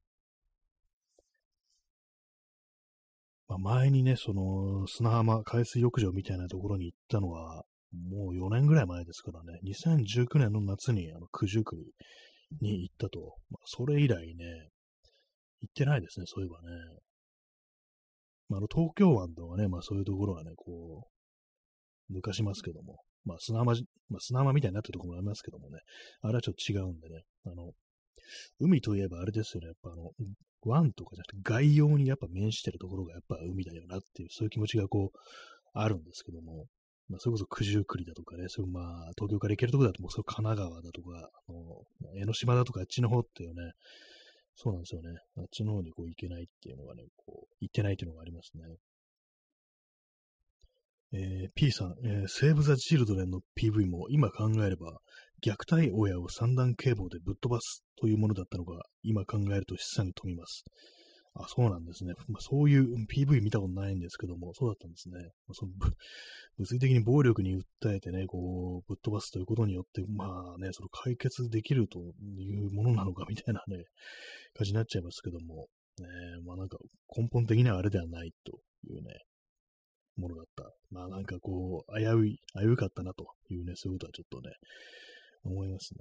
まあ、前にね、その砂浜、海水浴場みたいなところに行ったのは、もう4年ぐらい前ですからね、2019年の夏に九十九里に行ったと、まあ、それ以来ね、行ってないですね、そういえばね。まあ、東京湾とかね、まあそういうところはね、こう、抜かしますけども、まあ砂浜みたいになってるところもありますけどもね、あれはちょっと違うんでね、海といえばあれですよね、やっぱ湾とかじゃなくて外洋にやっぱ面してるところがやっぱ海だよなっていう、そういう気持ちがこう、あるんですけども、まあ、それこそ九十九里だとかね、そういうまあ、東京から行けるところだともうそれ神奈川だとか、江ノ島だとかあっちの方っていうね、そうなんですよね。あっちの方にこう行けないっていうのがね、こう、行ってないっていうのがありますね。P さん、セーブ・ザ・チルドレンの PV も今考えれば、虐待親を三段警棒でぶっ飛ばすというものだったのが、今考えると示唆に富みます。あ、そうなんですね。まあ、そういう PV 見たことないんですけども、そうだったんですね。まあ、物理的に暴力に訴えてね、こう、ぶっ飛ばすということによって、まあね、その解決できるというものなのかみたいなね、感じになっちゃいますけども、ね、まあなんか根本的にはあれではないというね、ものだった。まあなんかこう、危うかったなというね、そういうことはちょっとね、思いますね。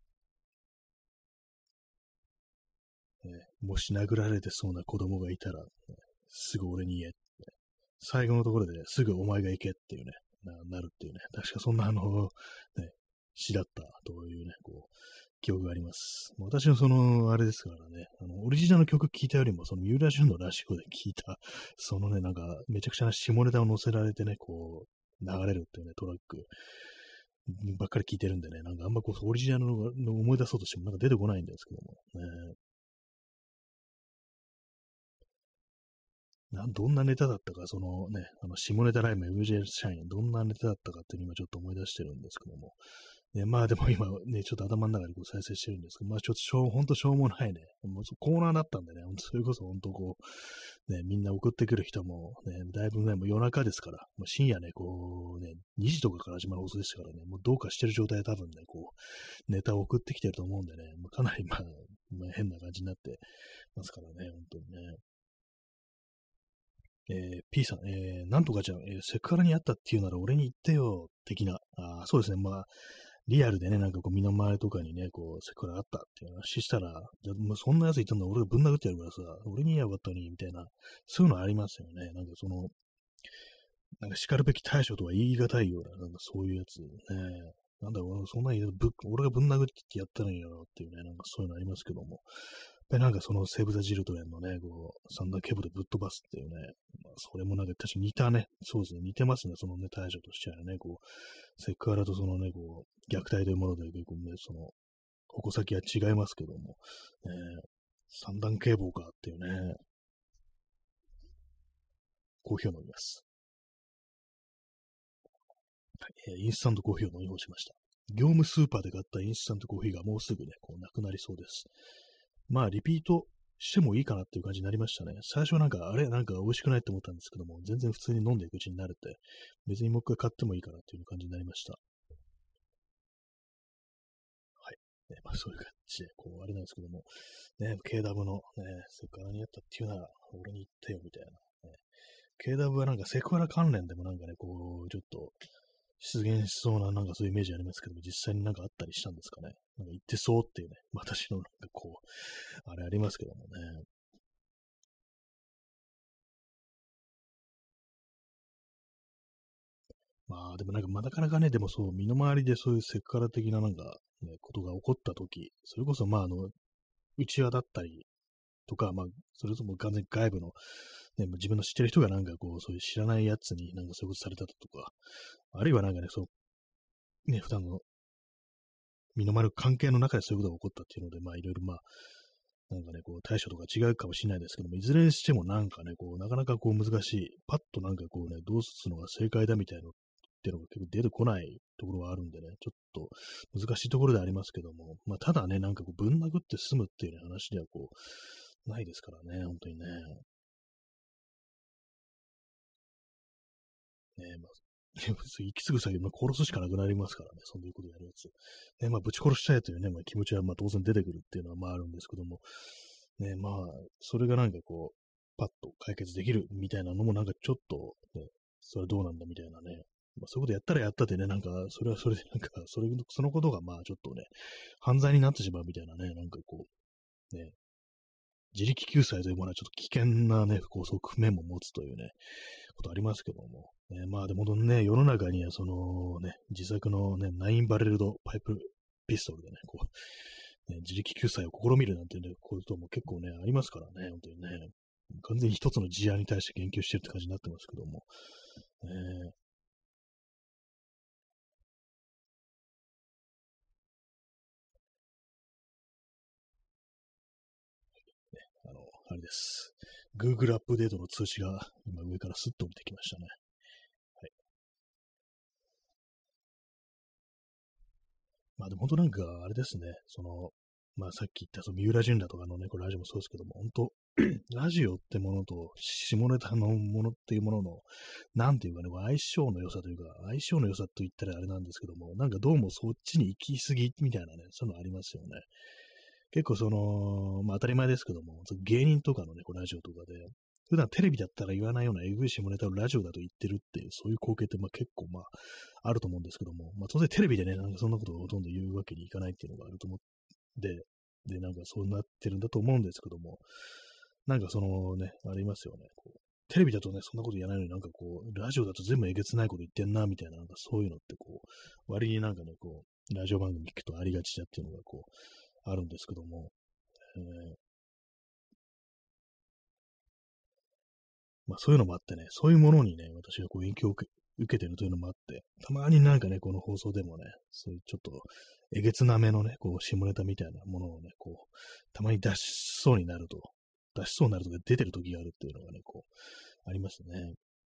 もし殴られてそうな子供がいたら、すぐ俺に言え。最後のところで、ね、すぐお前が行けっていうね、なるっていうね、確かそんなね、詩だったというね、こう、記憶があります。私のあれですからね、オリジナルの曲聴いたよりも、その三浦淳のラジオで聴いた、そのね、なんか、めちゃくちゃな下ネタを載せられてね、こう、流れるっていうね、トラックばっかり聴いてるんでね、なんかあんまこう、オリジナルの思い出そうとしてもなんか出てこないんですけども、ね、どんなネタだったか、そのね、下ネタライブ MJ 社員、どんなネタだったかっていうのを今ちょっと思い出してるんですけども。ね、まあでも今ね、ちょっと頭の中でこう再生してるんですけど、まあちょっとほんとしょうもないね、もうコーナーだったんでね、それこそ本当こう、ね、みんな送ってくる人もね、だいぶね、もう夜中ですから、もう深夜ね、こうね、2時とかから始まる放送でしたからね、もうどうかしてる状態で多分ね、こう、ネタを送ってきてると思うんでね、まあ、かなり変な感じになってますからね、本当にね。P さん、なんとかちゃん、セクハラにあったっていうなら俺に言ってよ、的な。そうですね。まあ、 リアルでね、なんかこう身の回りとかにね、こう、セクハラあったっていう話したら、じゃあもうそんな奴いたんだ、俺がぶん殴ってやるからさ、俺に言えばよかったのに、みたいな、そういうのありますよね。なんかその、なんか叱るべき対処とは言い難いような、なんかそういうやつね。なんだろう、そんなに俺がぶん殴ってやったのによっていうね、なんかそういうのありますけども。で、なんかそのセーブ・ザ・ジルトレンのね、こう、三段ケブでぶっ飛ばすっていうね、まあ、それもなんか確かに似たね、そうですね、似てますね、そのね、対処としてはね、こう、セクハラとそのね、こう、虐待というもので結構ね、その、矛先は違いますけども、三段警棒かっていうね、コーヒーを飲みます。はい、インスタントコーヒーを飲み干しました。業務スーパーで買ったインスタントコーヒーがもうすぐね、こう、なくなりそうです。まあ、リピートしてもいいかなっていう感じになりましたね。最初なんか、あれなんか美味しくないって思ったんですけども、全然普通に飲んでいくうちに慣れて、別にもう一回買ってもいいかなっていう感じになりました。はい。ね、まあ、そういう感じで、こう、あれなんですけども、ね、KW のね、セクハラにあったっていうなら、俺に言ってよみたいな。ね、KW はなんかセクハラ関連でもなんかね、こう、ちょっと、出現しそうな、なんかそういうイメージありますけども、実際になんかあったりしたんですかね。なんか言ってそうっていうね、私のなんかこう、あれありますけどもね。まあ、でもなんか、まあ、なかなかね、でもそう、身の回りでそういうセクハラ的ななんか、ね、ことが起こったとき、それこそまあ、内輪だったりとか、まあ、それとも完全に外部の、ね、自分の知ってる人がなんかこう、そういう知らないやつになんかそういうことされたとか、あるいはなんかね、そう、ね、普段の身の回りの関係の中でそういうことが起こったっていうので、まあ、いろいろまあ、なんかね、こう、対処とか違うかもしれないですけども、いずれにしてもなんかね、こう、なかなかこう難しい、パッとなんかこうね、どうするのが正解だみたいなのっていうのが結構出てこないところはあるんでね、ちょっと難しいところではありますけども、まあ、ただね、なんかこう、ぶん殴って済むっていうね、話ではこう、ないですからね、本当にね。ね、まあ、行き過ぐ先で、まあ、殺すしかなくなりますからね、そういうことやるやつ。ね、まあ、ぶち殺したいというね、まあ、気持ちはまあ当然出てくるっていうのはまああるんですけども、ね、まあ、それがなんかこう、パッと解決できるみたいなのもなんかちょっと、ね、それはどうなんだみたいなね。まあ、そういうことやったらやったでね、なんか、それはそれでなんか、そのことがまあちょっとね、犯罪になってしまうみたいなね、なんかこう、ね、自力救済というものはちょっと危険なね、こう側面も持つというね、ことありますけども。ね、まあでもね、世の中にはそのね、自作のね、ナインバレルドパイプピストルでね、こう、ね、自力救済を試みるなんてね、ことも結構ね、ありますからね、本当にね。完全に一つの事案に対して言及してるって感じになってますけども。ね、あの、あれです。Google アップデートの通知が今上からスッと降りてきましたね。はい。まあでも本当なんか、あれですね、その、まあさっき言ったその三浦淳だとかのね、これラジオもそうですけども、本当ラジオってものと下ネタのものっていうものの、なんていうかね、相性の良さというか、相性の良さと言ったらあれなんですけども、なんかどうもそっちに行き過ぎみたいなね、そういうのありますよね。結構その、まあ当たり前ですけども、芸人とかのね、こうラジオとかで、普段テレビだったら言わないようなえぐい下ネタをラジオだと言ってるっていう、そういう光景ってまあ結構まああると思うんですけども、まあ当然テレビでね、なんかそんなことをほとんど言うわけにいかないっていうのがあると思って、で、なんかそうなってるんだと思うんですけども、なんかそのね、ありますよね。こうテレビだとね、そんなこと言わないのになんかこう、ラジオだと全部えげつないこと言ってんな、みたいな、なんかそういうのってこう、割になんかね、こう、ラジオ番組聞くとありがちだっていうのがこう、あるんですけども、えーまあそういうのもあってね、そういうものにね、私がこう影響を受けてるというのもあって、たまになんかね、この放送でもね、そういうちょっとえげつなめのね、こう、下ネタみたいなものをね、こう、たまに出しそうになると、出しそうになるとか出てる時があるっていうのがね、こう、ありますね。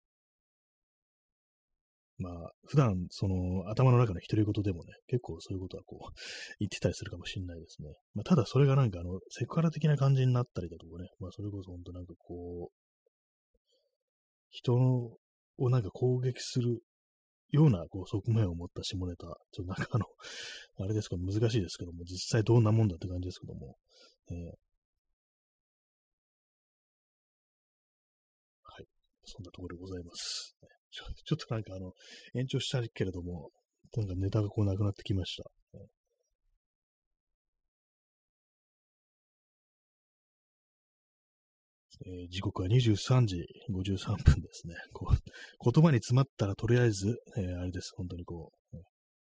まあ、普段、その、頭の中の独り言でもね、結構そういうことはこう、言ってたりするかもしれないですね。まあ、ただそれがなんかセクハラ的な感じになったりだとかね、まあ、それこそ本当なんかこう、人をなんか攻撃するようなこう側面を持った下ネタ、ちょっとなんかあれですか、難しいですけども、実際どんなもんだって感じですけども、はい。そんなところでございます。ちょっとなんか延長したけれども、 なんかネタがこうなくなってきました。時刻は23時53分ですね。こう、言葉に詰まったらとりあえず、あれです。本当にこう、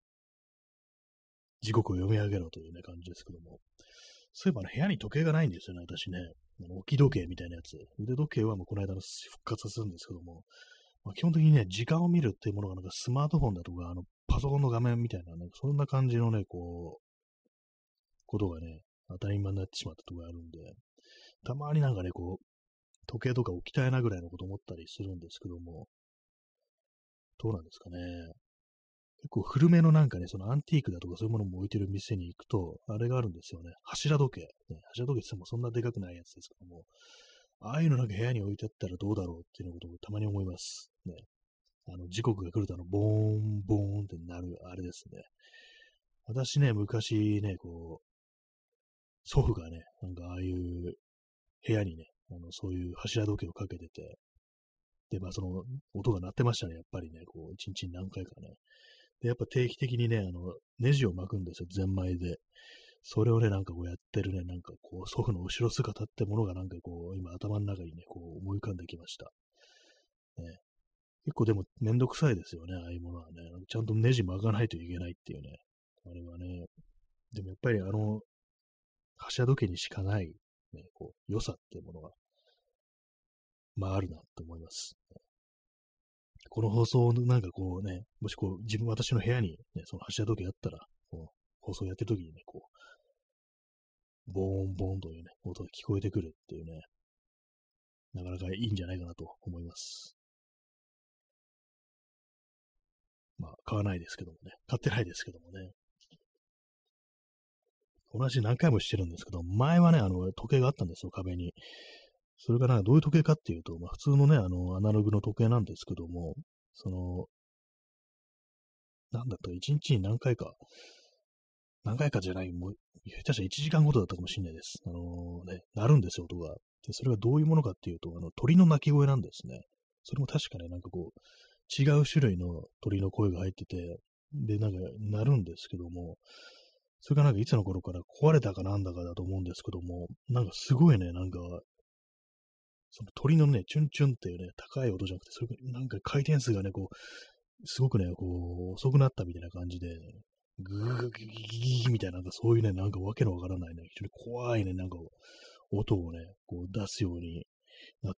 時刻を読み上げろというね、感じですけども。そういえば部屋に時計がないんですよね、私ね。置き時計みたいなやつ。腕時計はもうこの間の復活するんですけども、基本的にね、時間を見るっていうものがなんかスマートフォンだとか、パソコンの画面みたいなね、そんな感じのね、こう、ことがね、当たり前になってしまったところがあるんで、たまになんかね、こう、時計とか置きたいなぐらいのこと思ったりするんですけども、どうなんですかね。結構古めのなんかね、そのアンティークだとかそういうものも置いてる店に行くと、あれがあるんですよね。柱時計。ね、柱時計って言ってもそんなでかくないやつですけども、ああいうのなんか部屋に置いてあったらどうだろうっていうことをたまに思います。ね。時刻が来るとボーン、ボーンってなる、あれですね。私ね、昔ね、こう、祖父がね、なんかああいう部屋にね、そういう柱時計をかけてて、で、その音が鳴ってましたね、やっぱりね、こう、一日に何回かね。で、やっぱ定期的にね、ネジを巻くんですよ、ゼンマイで。それをね、なんかこうやってるね、なんかこう、祖父の後ろ姿ってものがなんかこう、今頭の中にね、こう思い浮かんできました。ね、結構でもめんどくさいですよね、ああいうものはね。ちゃんとネジ巻かないといけないっていうね。あれはね。でもやっぱり柱時計にしかない、ね、こう、良さっていうものが、あるなと思います。この放送のなんかこうね、もしこう、私の部屋にね、その柱時計あったら、こう放送やってる時にね、こう、ボーンボーンというね、音が聞こえてくるっていうね、なかなかいいんじゃないかなと思います。買わないですけどもね。買ってないですけどもね。同じ何回もしてるんですけど、前はね、時計があったんですよ、壁に。それがなんかどういう時計かっていうと、普通のね、アナログの時計なんですけども、その、なんだったか、1日に何回かじゃない、もう、下手したら1時間ごとだったかもしれないです。鳴るんですよ、音が。で、それがどういうものかっていうと、鳥の鳴き声なんですね。それも確かね、なんかこう、違う種類の鳥の声が入ってて、で、なんか鳴るんですけども、それがなんかいつの頃から壊れたかなんだかだと思うんですけども、なんかすごいね、なんか、その鳥のね、チュンチュンっていうね、高い音じゃなくて、それがなんか回転数がね、こう、すごくね、こう、遅くなったみたいな感じで、グーグーギギギギギみたいな、なんかそういうね、なんかわけのわからないね、非常に怖いね、なんか音をね、こう出すようになって、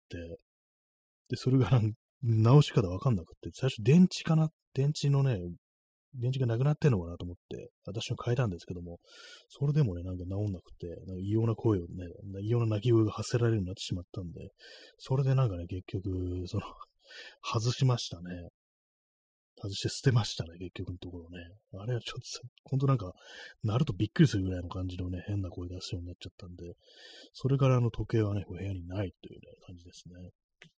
で、それが直し方わかんなくって、最初電池かな電池のね、電池がなくなってんのかなと思って、私も変えたんですけども、それでもね、なんか治んなくて、なんか異様な声をね、異様な鳴き声が発せられるようになってしまったんで、それでなんかね、結局、外しましたね。外して捨てましたね、結局のところね。あれはちょっとさ、ほんとなんか、鳴るとびっくりするぐらいの感じのね、変な声出すようになっちゃったんで、それから時計はね、こう部屋にないというね、感じですね。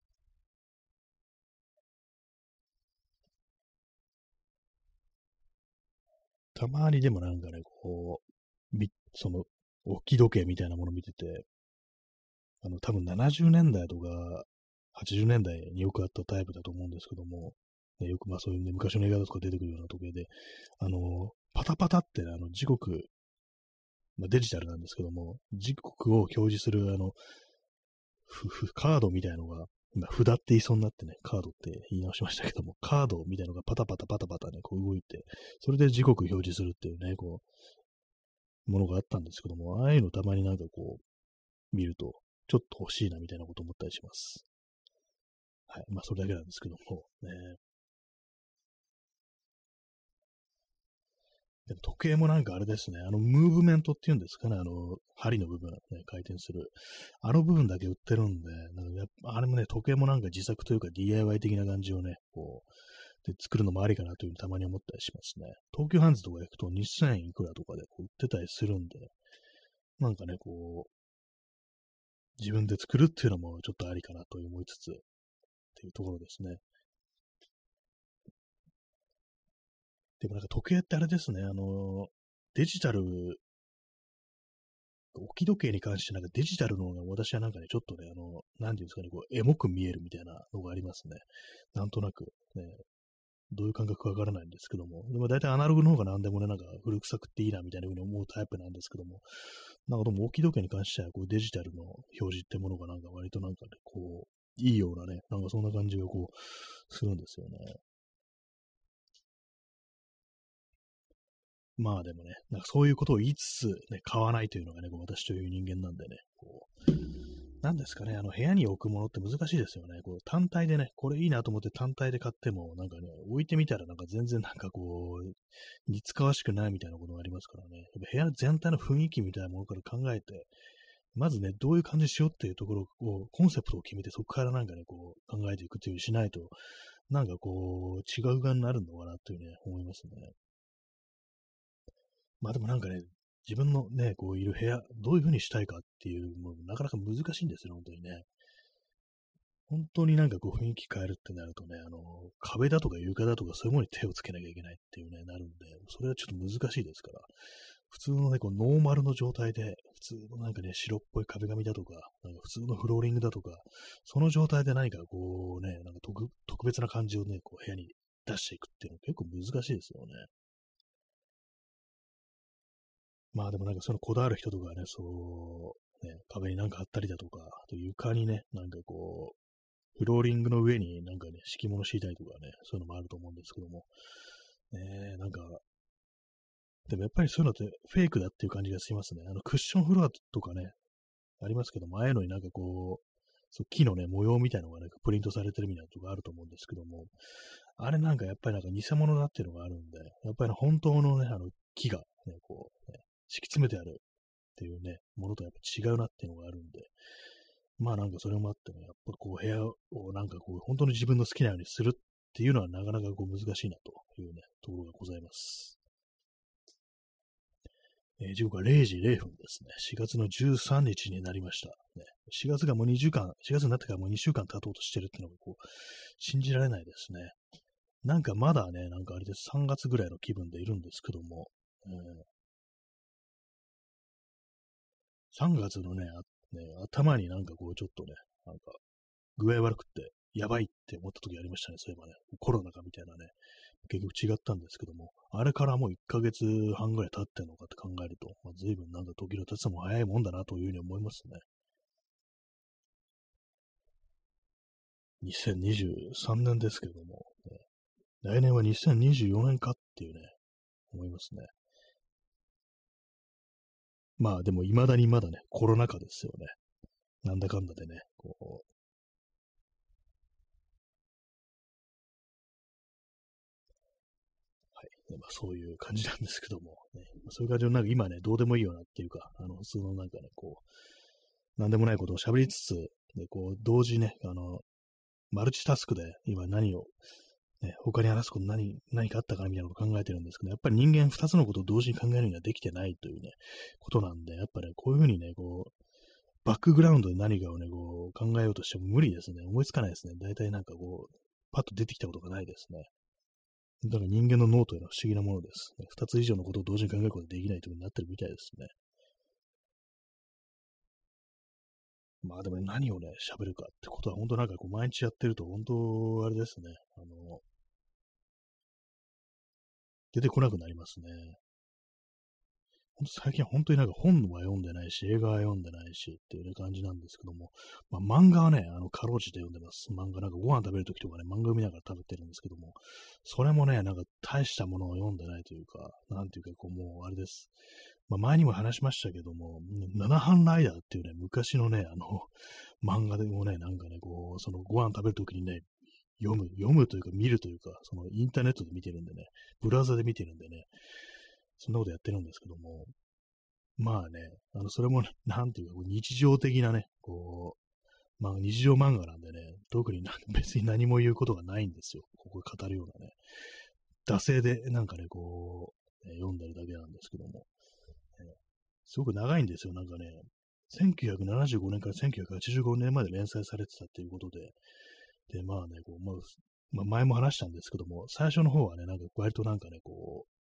たまにでもなんかね、こう、その、置き時計みたいなもの見てて、多分70年代とか80年代によくあったタイプだと思うんですけども、ね、よくそういうね、昔の映画とか出てくるような時計で、パタパタって時刻、デジタルなんですけども、時刻を表示するカードみたいのが、今、札って言いそうになってね、カードって言い直しましたけども、カードみたいのがパタパタパタパタね、こう動いて、それで時刻表示するっていうね、こう、ものがあったんですけども、ああいうのたまになんかこう、見ると、ちょっと欲しいなみたいなこと思ったりします。はい。それだけなんですけども、ね。でも時計もなんかあれですね、ムーブメントっていうんですかね、針の部分、ね、回転する。あの部分だけ売ってるんで、なんかやっぱあれもね、時計もなんか自作というか DIY 的な感じをね、こう、で作るのもありかなというふうにたまに思ったりしますね。東急ハンズとか行くと2000いくらとかでこう売ってたりするんで、なんかね、こう、自分で作るっていうのもちょっとありかなと思いつつ、っていうところですね。でもなんか時計ってあれですね、デジタル、置き時計に関してなんかデジタルの方が私はなんかね、ちょっとね、なんていうんですかね、こう、エモく見えるみたいなのがありますね。なんとなく、ね。 どういう感覚かわからないんですけども、でも大体アナログの方が何でもね、なんか古臭くっていいなみたいな風に思うタイプなんですけども、なんかでも置き時計に関してはこうデジタルの表示ってものがなんか割となんかね、こう、いいようなね、なんかそんな感じがこう、するんですよね。まあでもね、なんかそういうことを言いつつ、ね、買わないというのがね、こう私という人間なんでね、こう、なんですかね、部屋に置くものって難しいですよね。こう、単体でね、これいいなと思って単体で買っても、なんかね、置いてみたらなんか全然なんかこう、似つかわしくないみたいなことがありますからね。やっぱ部屋全体の雰囲気みたいなものから考えて、まずね、どういう感じにしようっていうところを、コンセプトを決めて、そこからなんかね、こう、考えていくっていうにしないと、なんかこう、違う側になるのかなというね、思いますね。まあでもなんかね、自分のね、こういる部屋、どういう風にしたいかっていうのもなかなか難しいんですよ、本当にね。本当になんかこう雰囲気変えるってなるとね、壁だとか床だとかそういうものに手をつけなきゃいけないっていうね、なるんで、それはちょっと難しいですから、普通のね、こうノーマルの状態で、普通のなんかね、白っぽい壁紙だとか、なんか普通のフローリングだとか、その状態で何かこうね、なんか特別な感じをね、こう部屋に出していくっていうのは結構難しいですよね。まあでもなんかそのこだわる人とかね、そう、ね、壁になんか貼ったりだとか、あと床にね、なんかこう、フローリングの上になんかね、敷物敷いたりとかね、そういうのもあると思うんですけども、なんか、でもやっぱりそういうのってフェイクだっていう感じがしますね。クッションフロアとかね、ありますけども、ああいうのになんかこう、そう木のね、模様みたいなのがなんかプリントされてるみたいなとこあると思うんですけども、あれなんかやっぱりなんか偽物だっていうのがあるんで、やっぱり本当のね、木がね、こう、ね、敷き詰めてあるっていうね、ものとやっぱ違うなっていうのがあるんで、まあなんかそれもあってね、やっぱこう部屋をなんかこう、本当に自分の好きなようにするっていうのはなかなかこう難しいなというね、ところがございます。時刻は0時0分ですね。4月の13日になりました。ね、4月がもう2週間、4月になってからもう2週間経とうとしてるっていうのがこう、信じられないですね。なんかまだね、なんかあれです、3月ぐらいの気分でいるんですけども、3月のね、頭になんかこうちょっとね、なんか具合悪くって、やばいって思った時ありましたね、そういえばね。コロナかみたいなね。結局違ったんですけども、あれからもう1ヶ月半ぐらい経ってんのかって考えると、まあ、随分なんか時の経つのも早いもんだなというふうに思いますね。2023年ですけれども、ね、来年は2024年かっていうね、思いますね。まあでも未だにまだね、コロナ禍ですよね。なんだかんだでね、こはい。まあ、そういう感じなんですけども、ね、そういう感じのなんか今ね、どうでもいいよなっていうか、普通のなんかね、こう、なんでもないことを喋りつつ、で、こう、同時ね、マルチタスクで今何を、ね、他に話すこと何かあったかなみたいなことを考えてるんですけど、やっぱり人間二つのことを同時に考えるにはできてないというね、ことなんで、やっぱね、こういうふうにね、こう、バックグラウンドで何かをね、こう、考えようとしても無理ですね。思いつかないですね。大体なんかこう、パッと出てきたことがないですね。だから人間の脳というのは不思議なものです。二つ以上のことを同時に考えることができないというふうになってるみたいですね。まあでもね、何をね、喋るかってことは、本当なんかこう、毎日やってると、本当、あれですね。出てこなくなりますね。最近本当になんか本は読んでないし、映画は読んでないしっていう、ね、感じなんですけども、まあ、漫画はね、かろうじて読んでます。漫画なんかご飯食べるときとかね、漫画読みながら食べてるんですけども、それもね、なんか大したものを読んでないというか、なんていうか、こう、もうあれです。まあ、前にも話しましたけども、七班ライダーっていうね、昔のね、漫画でもね、なんかね、こう、そのご飯食べるときにね、読むというか見るというか、そのインターネットで見てるんでね、ブラウザで見てるんでね、そんなことやってるんですけども、まあね、それもね、なんていうか、こう日常的なね、こう、まあ日常漫画なんでね、特に別に何も言うことがないんですよ。ここで語るようなね。惰性でなんかね、こう、読んでるだけなんですけども、すごく長いんですよ。なんかね、1975年から1985年まで連載されてたっていうことで、で、まあね、こう、まあ、前も話したんですけども、最初の方はね、なんか割となんかね、こう、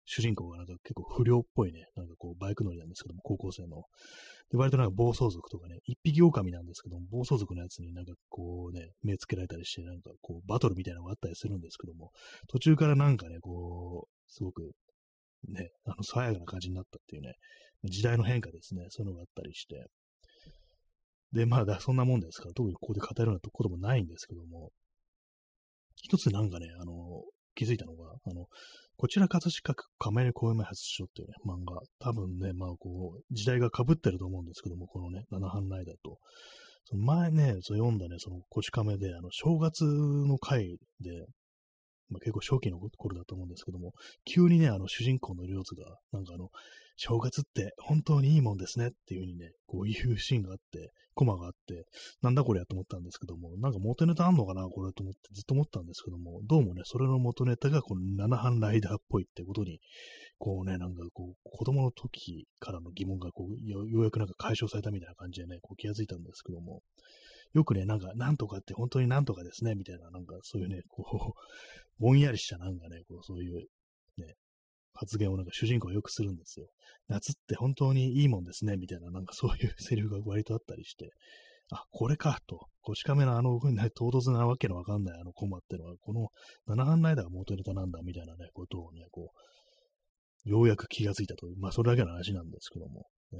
主人公がなんか結構不良っぽいね、なんかこうバイク乗りなんですけども、高校生の。で、割となんか暴走族とかね、一匹狼なんですけども、暴走族のやつになんかこうね、目つけられたりして、なんかこうバトルみたいなのがあったりするんですけども、途中からなんかね、こう、すごくね、爽やかな感じになったっていうね、時代の変化ですね、そういうのがあったりして。で、まあ、そんなもんですから、特にここで語るようなこともないんですけども、一つなんかね、気づいたのが、こちら葛飾区亀有公園前発祥っていうね、漫画。多分ね、まあこう、時代が被ってると思うんですけども、このね、七班ライダーと。その前ね、そう読んだね、その、こち亀で、正月の回で、まあ、結構初期の頃だと思うんですけども、急にね、主人公の両津が、なんか正月って本当にいいもんですねっていう風にね、こういうシーンがあって、コマがあって、なんだこれやと思ったんですけども、なんか元ネタあんのかなこれと思ってずっと思ったんですけども、どうもね、それの元ネタがこの七班ライダーっぽいってことに、こうね、なんかこう、子供の時からの疑問がこう、ようやくなんか解消されたみたいな感じでね、こう気がついたんですけども、よくね、なんか、なんとかって本当になんとかですね、みたいな、なんかそういうね、こう、ぼんやりしたなんかね、こう、そういうね、発言をなんか主人公はよくするんですよ。夏って本当にいいもんですね、みたいな、なんかそういうセリフが割とあったりして、あ、これか、と。こち亀のね、唐突なわけのわかんないコマってのは、この七班ライダーが元ネタなんだ、みたいなね、ことをね、こう、ようやく気がついたという、まあ、それだけの話なんですけども、ね。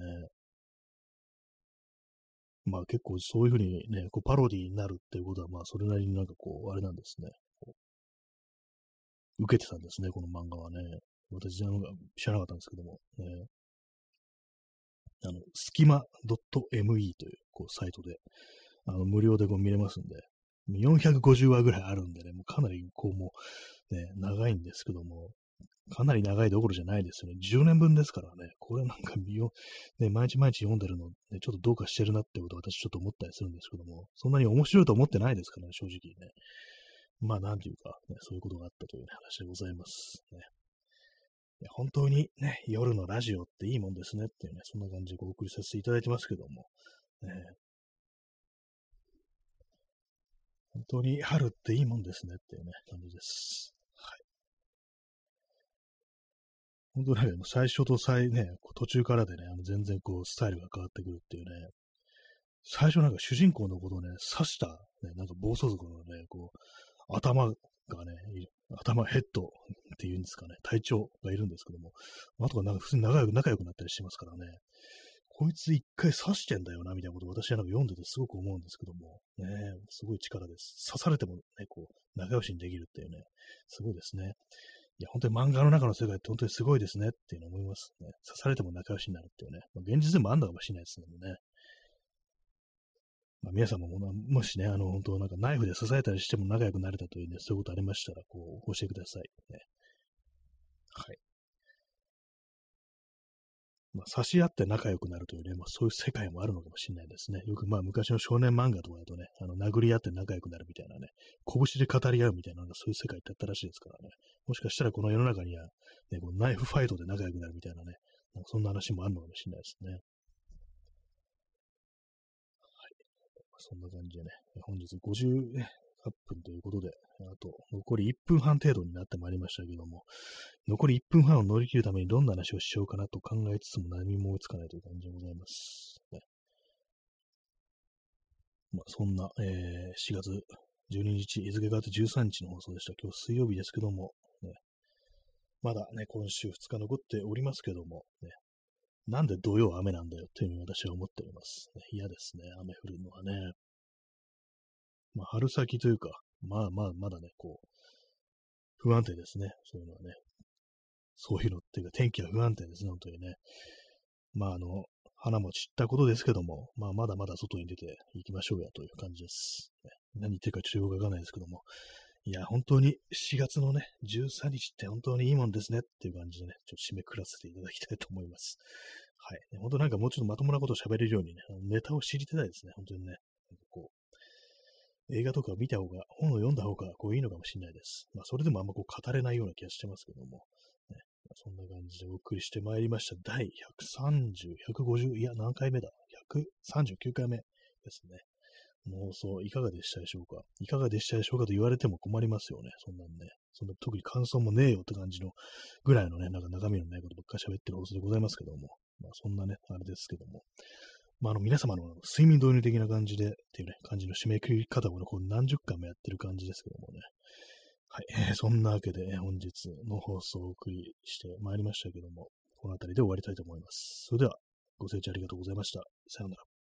まあ結構そういうふうにね、こうパロディになるっていうことは、まあそれなりになんかこう、あれなんですね。こう受けてたんですね、この漫画はね。私知らなかったんですけども、ね、スキマ .me という、こう、サイトで、無料でこう見れますんで、450話ぐらいあるんでね、もうかなり、こう、もう、ね、長いんですけども、かなり長いどころじゃないですよね。10年分ですからね、これなんかね、毎日毎日読んでるの、ね、ちょっとどうかしてるなってことを私ちょっと思ったりするんですけども、そんなに面白いと思ってないですからね、正直ね。まあ、なんていうか、ね、そういうことがあったという、ね、話でございます。ね、いや本当にね、夜のラジオっていいもんですねっていうね、そんな感じでお送りさせていただいてますけども、ね、本当に春っていいもんですねっていうね、感じです。はい。本当ね、最初と途中からでね、全然こう、スタイルが変わってくるっていうね、最初なんか主人公のことをね、刺した、ね、なんか暴走族のね、こう、頭がね、ヘッドっていうんですかね、隊長がいるんですけども、あとはなんか普通に仲良くなったりしてますからね、こいつ一回刺してんだよな、みたいなことを私はなんか読んでてすごく思うんですけども、ね、すごい力です。刺されてもね、こう、仲良しにできるっていうね、すごいですね。いや、本当に漫画の中の世界って本当にすごいですねっていうのを思いますね。刺されても仲良しになるっていうね。まあ、現実でもあんのかもしれないですね。まあ、皆様ももしね、本当なんかナイフで刺されたりしても仲良くなれたというね、そういうことありましたら、こう、教えてください。ね。はい。まあ、差し合って仲良くなるというね、まあ、そういう世界もあるのかもしれないですね。よくまあ昔の少年漫画とかだとね、殴り合って仲良くなるみたいなね、拳で語り合うみたいな、なんかそういう世界ってあったらしいですからね。もしかしたらこの世の中には、ね、こうナイフファイトで仲良くなるみたいなね、なんかそんな話もあるのかもしれないですね。そんな感じでね、本日58分ということで、あと残り1分半程度になってまいりましたけども、残り1分半を乗り切るためにどんな話をしようかなと考えつつも何も追いつかないという感じでございます。ね、まあ、そんな、4月12日、日付があって13日の放送でした。今日水曜日ですけども、ね、まだね、今週2日残っておりますけども、ね、なんで土曜雨なんだよっていうふうに私は思っております。ね、嫌ですね、雨降るのはね。まあ、春先というか、まだね、こう、不安定ですね。そういうのはね。そういうのっていうか、天気は不安定ですね、本当にね。まあ、花も散ったことですけども、まあ、まだまだ外に出ていきましょうやという感じです。ね、何言ってるかちょっとよくわかんないですけども。いや、本当に4月のね、13日って本当にいいもんですねっていう感じでね、ちょっと締めくらせていただきたいと思います。はい。本当なんかもうちょっとまともなことを喋れるようにね、ネタを知りたいですね、本当にね。なんかこ映画とか見た方が、本を読んだ方がこういいのかもしれないです。まあ、それでもあんまこう語れないような気がしてますけども、ね、まあ、そんな感じでお送りしてまいりました。第130、150、いや、何回目だ ?139 回目ですね。 放送いかがでしたでしょうか。いかがでしたでしょうかと言われても困りますよね。そんなんね。そんな特に感想もねえよって感じのぐらいのね、なんか中身のないことばっかり喋ってる放送でございますけども。まあそんなね、あれですけども。まあ皆様の睡眠導入的な感じでっていうね、感じの締め切り方をね、こう何十回もやってる感じですけどもね。はい。そんなわけで、本日の放送をお送りしてまいりましたけども、この辺りで終わりたいと思います。それでは、ご清聴ありがとうございました。さようなら。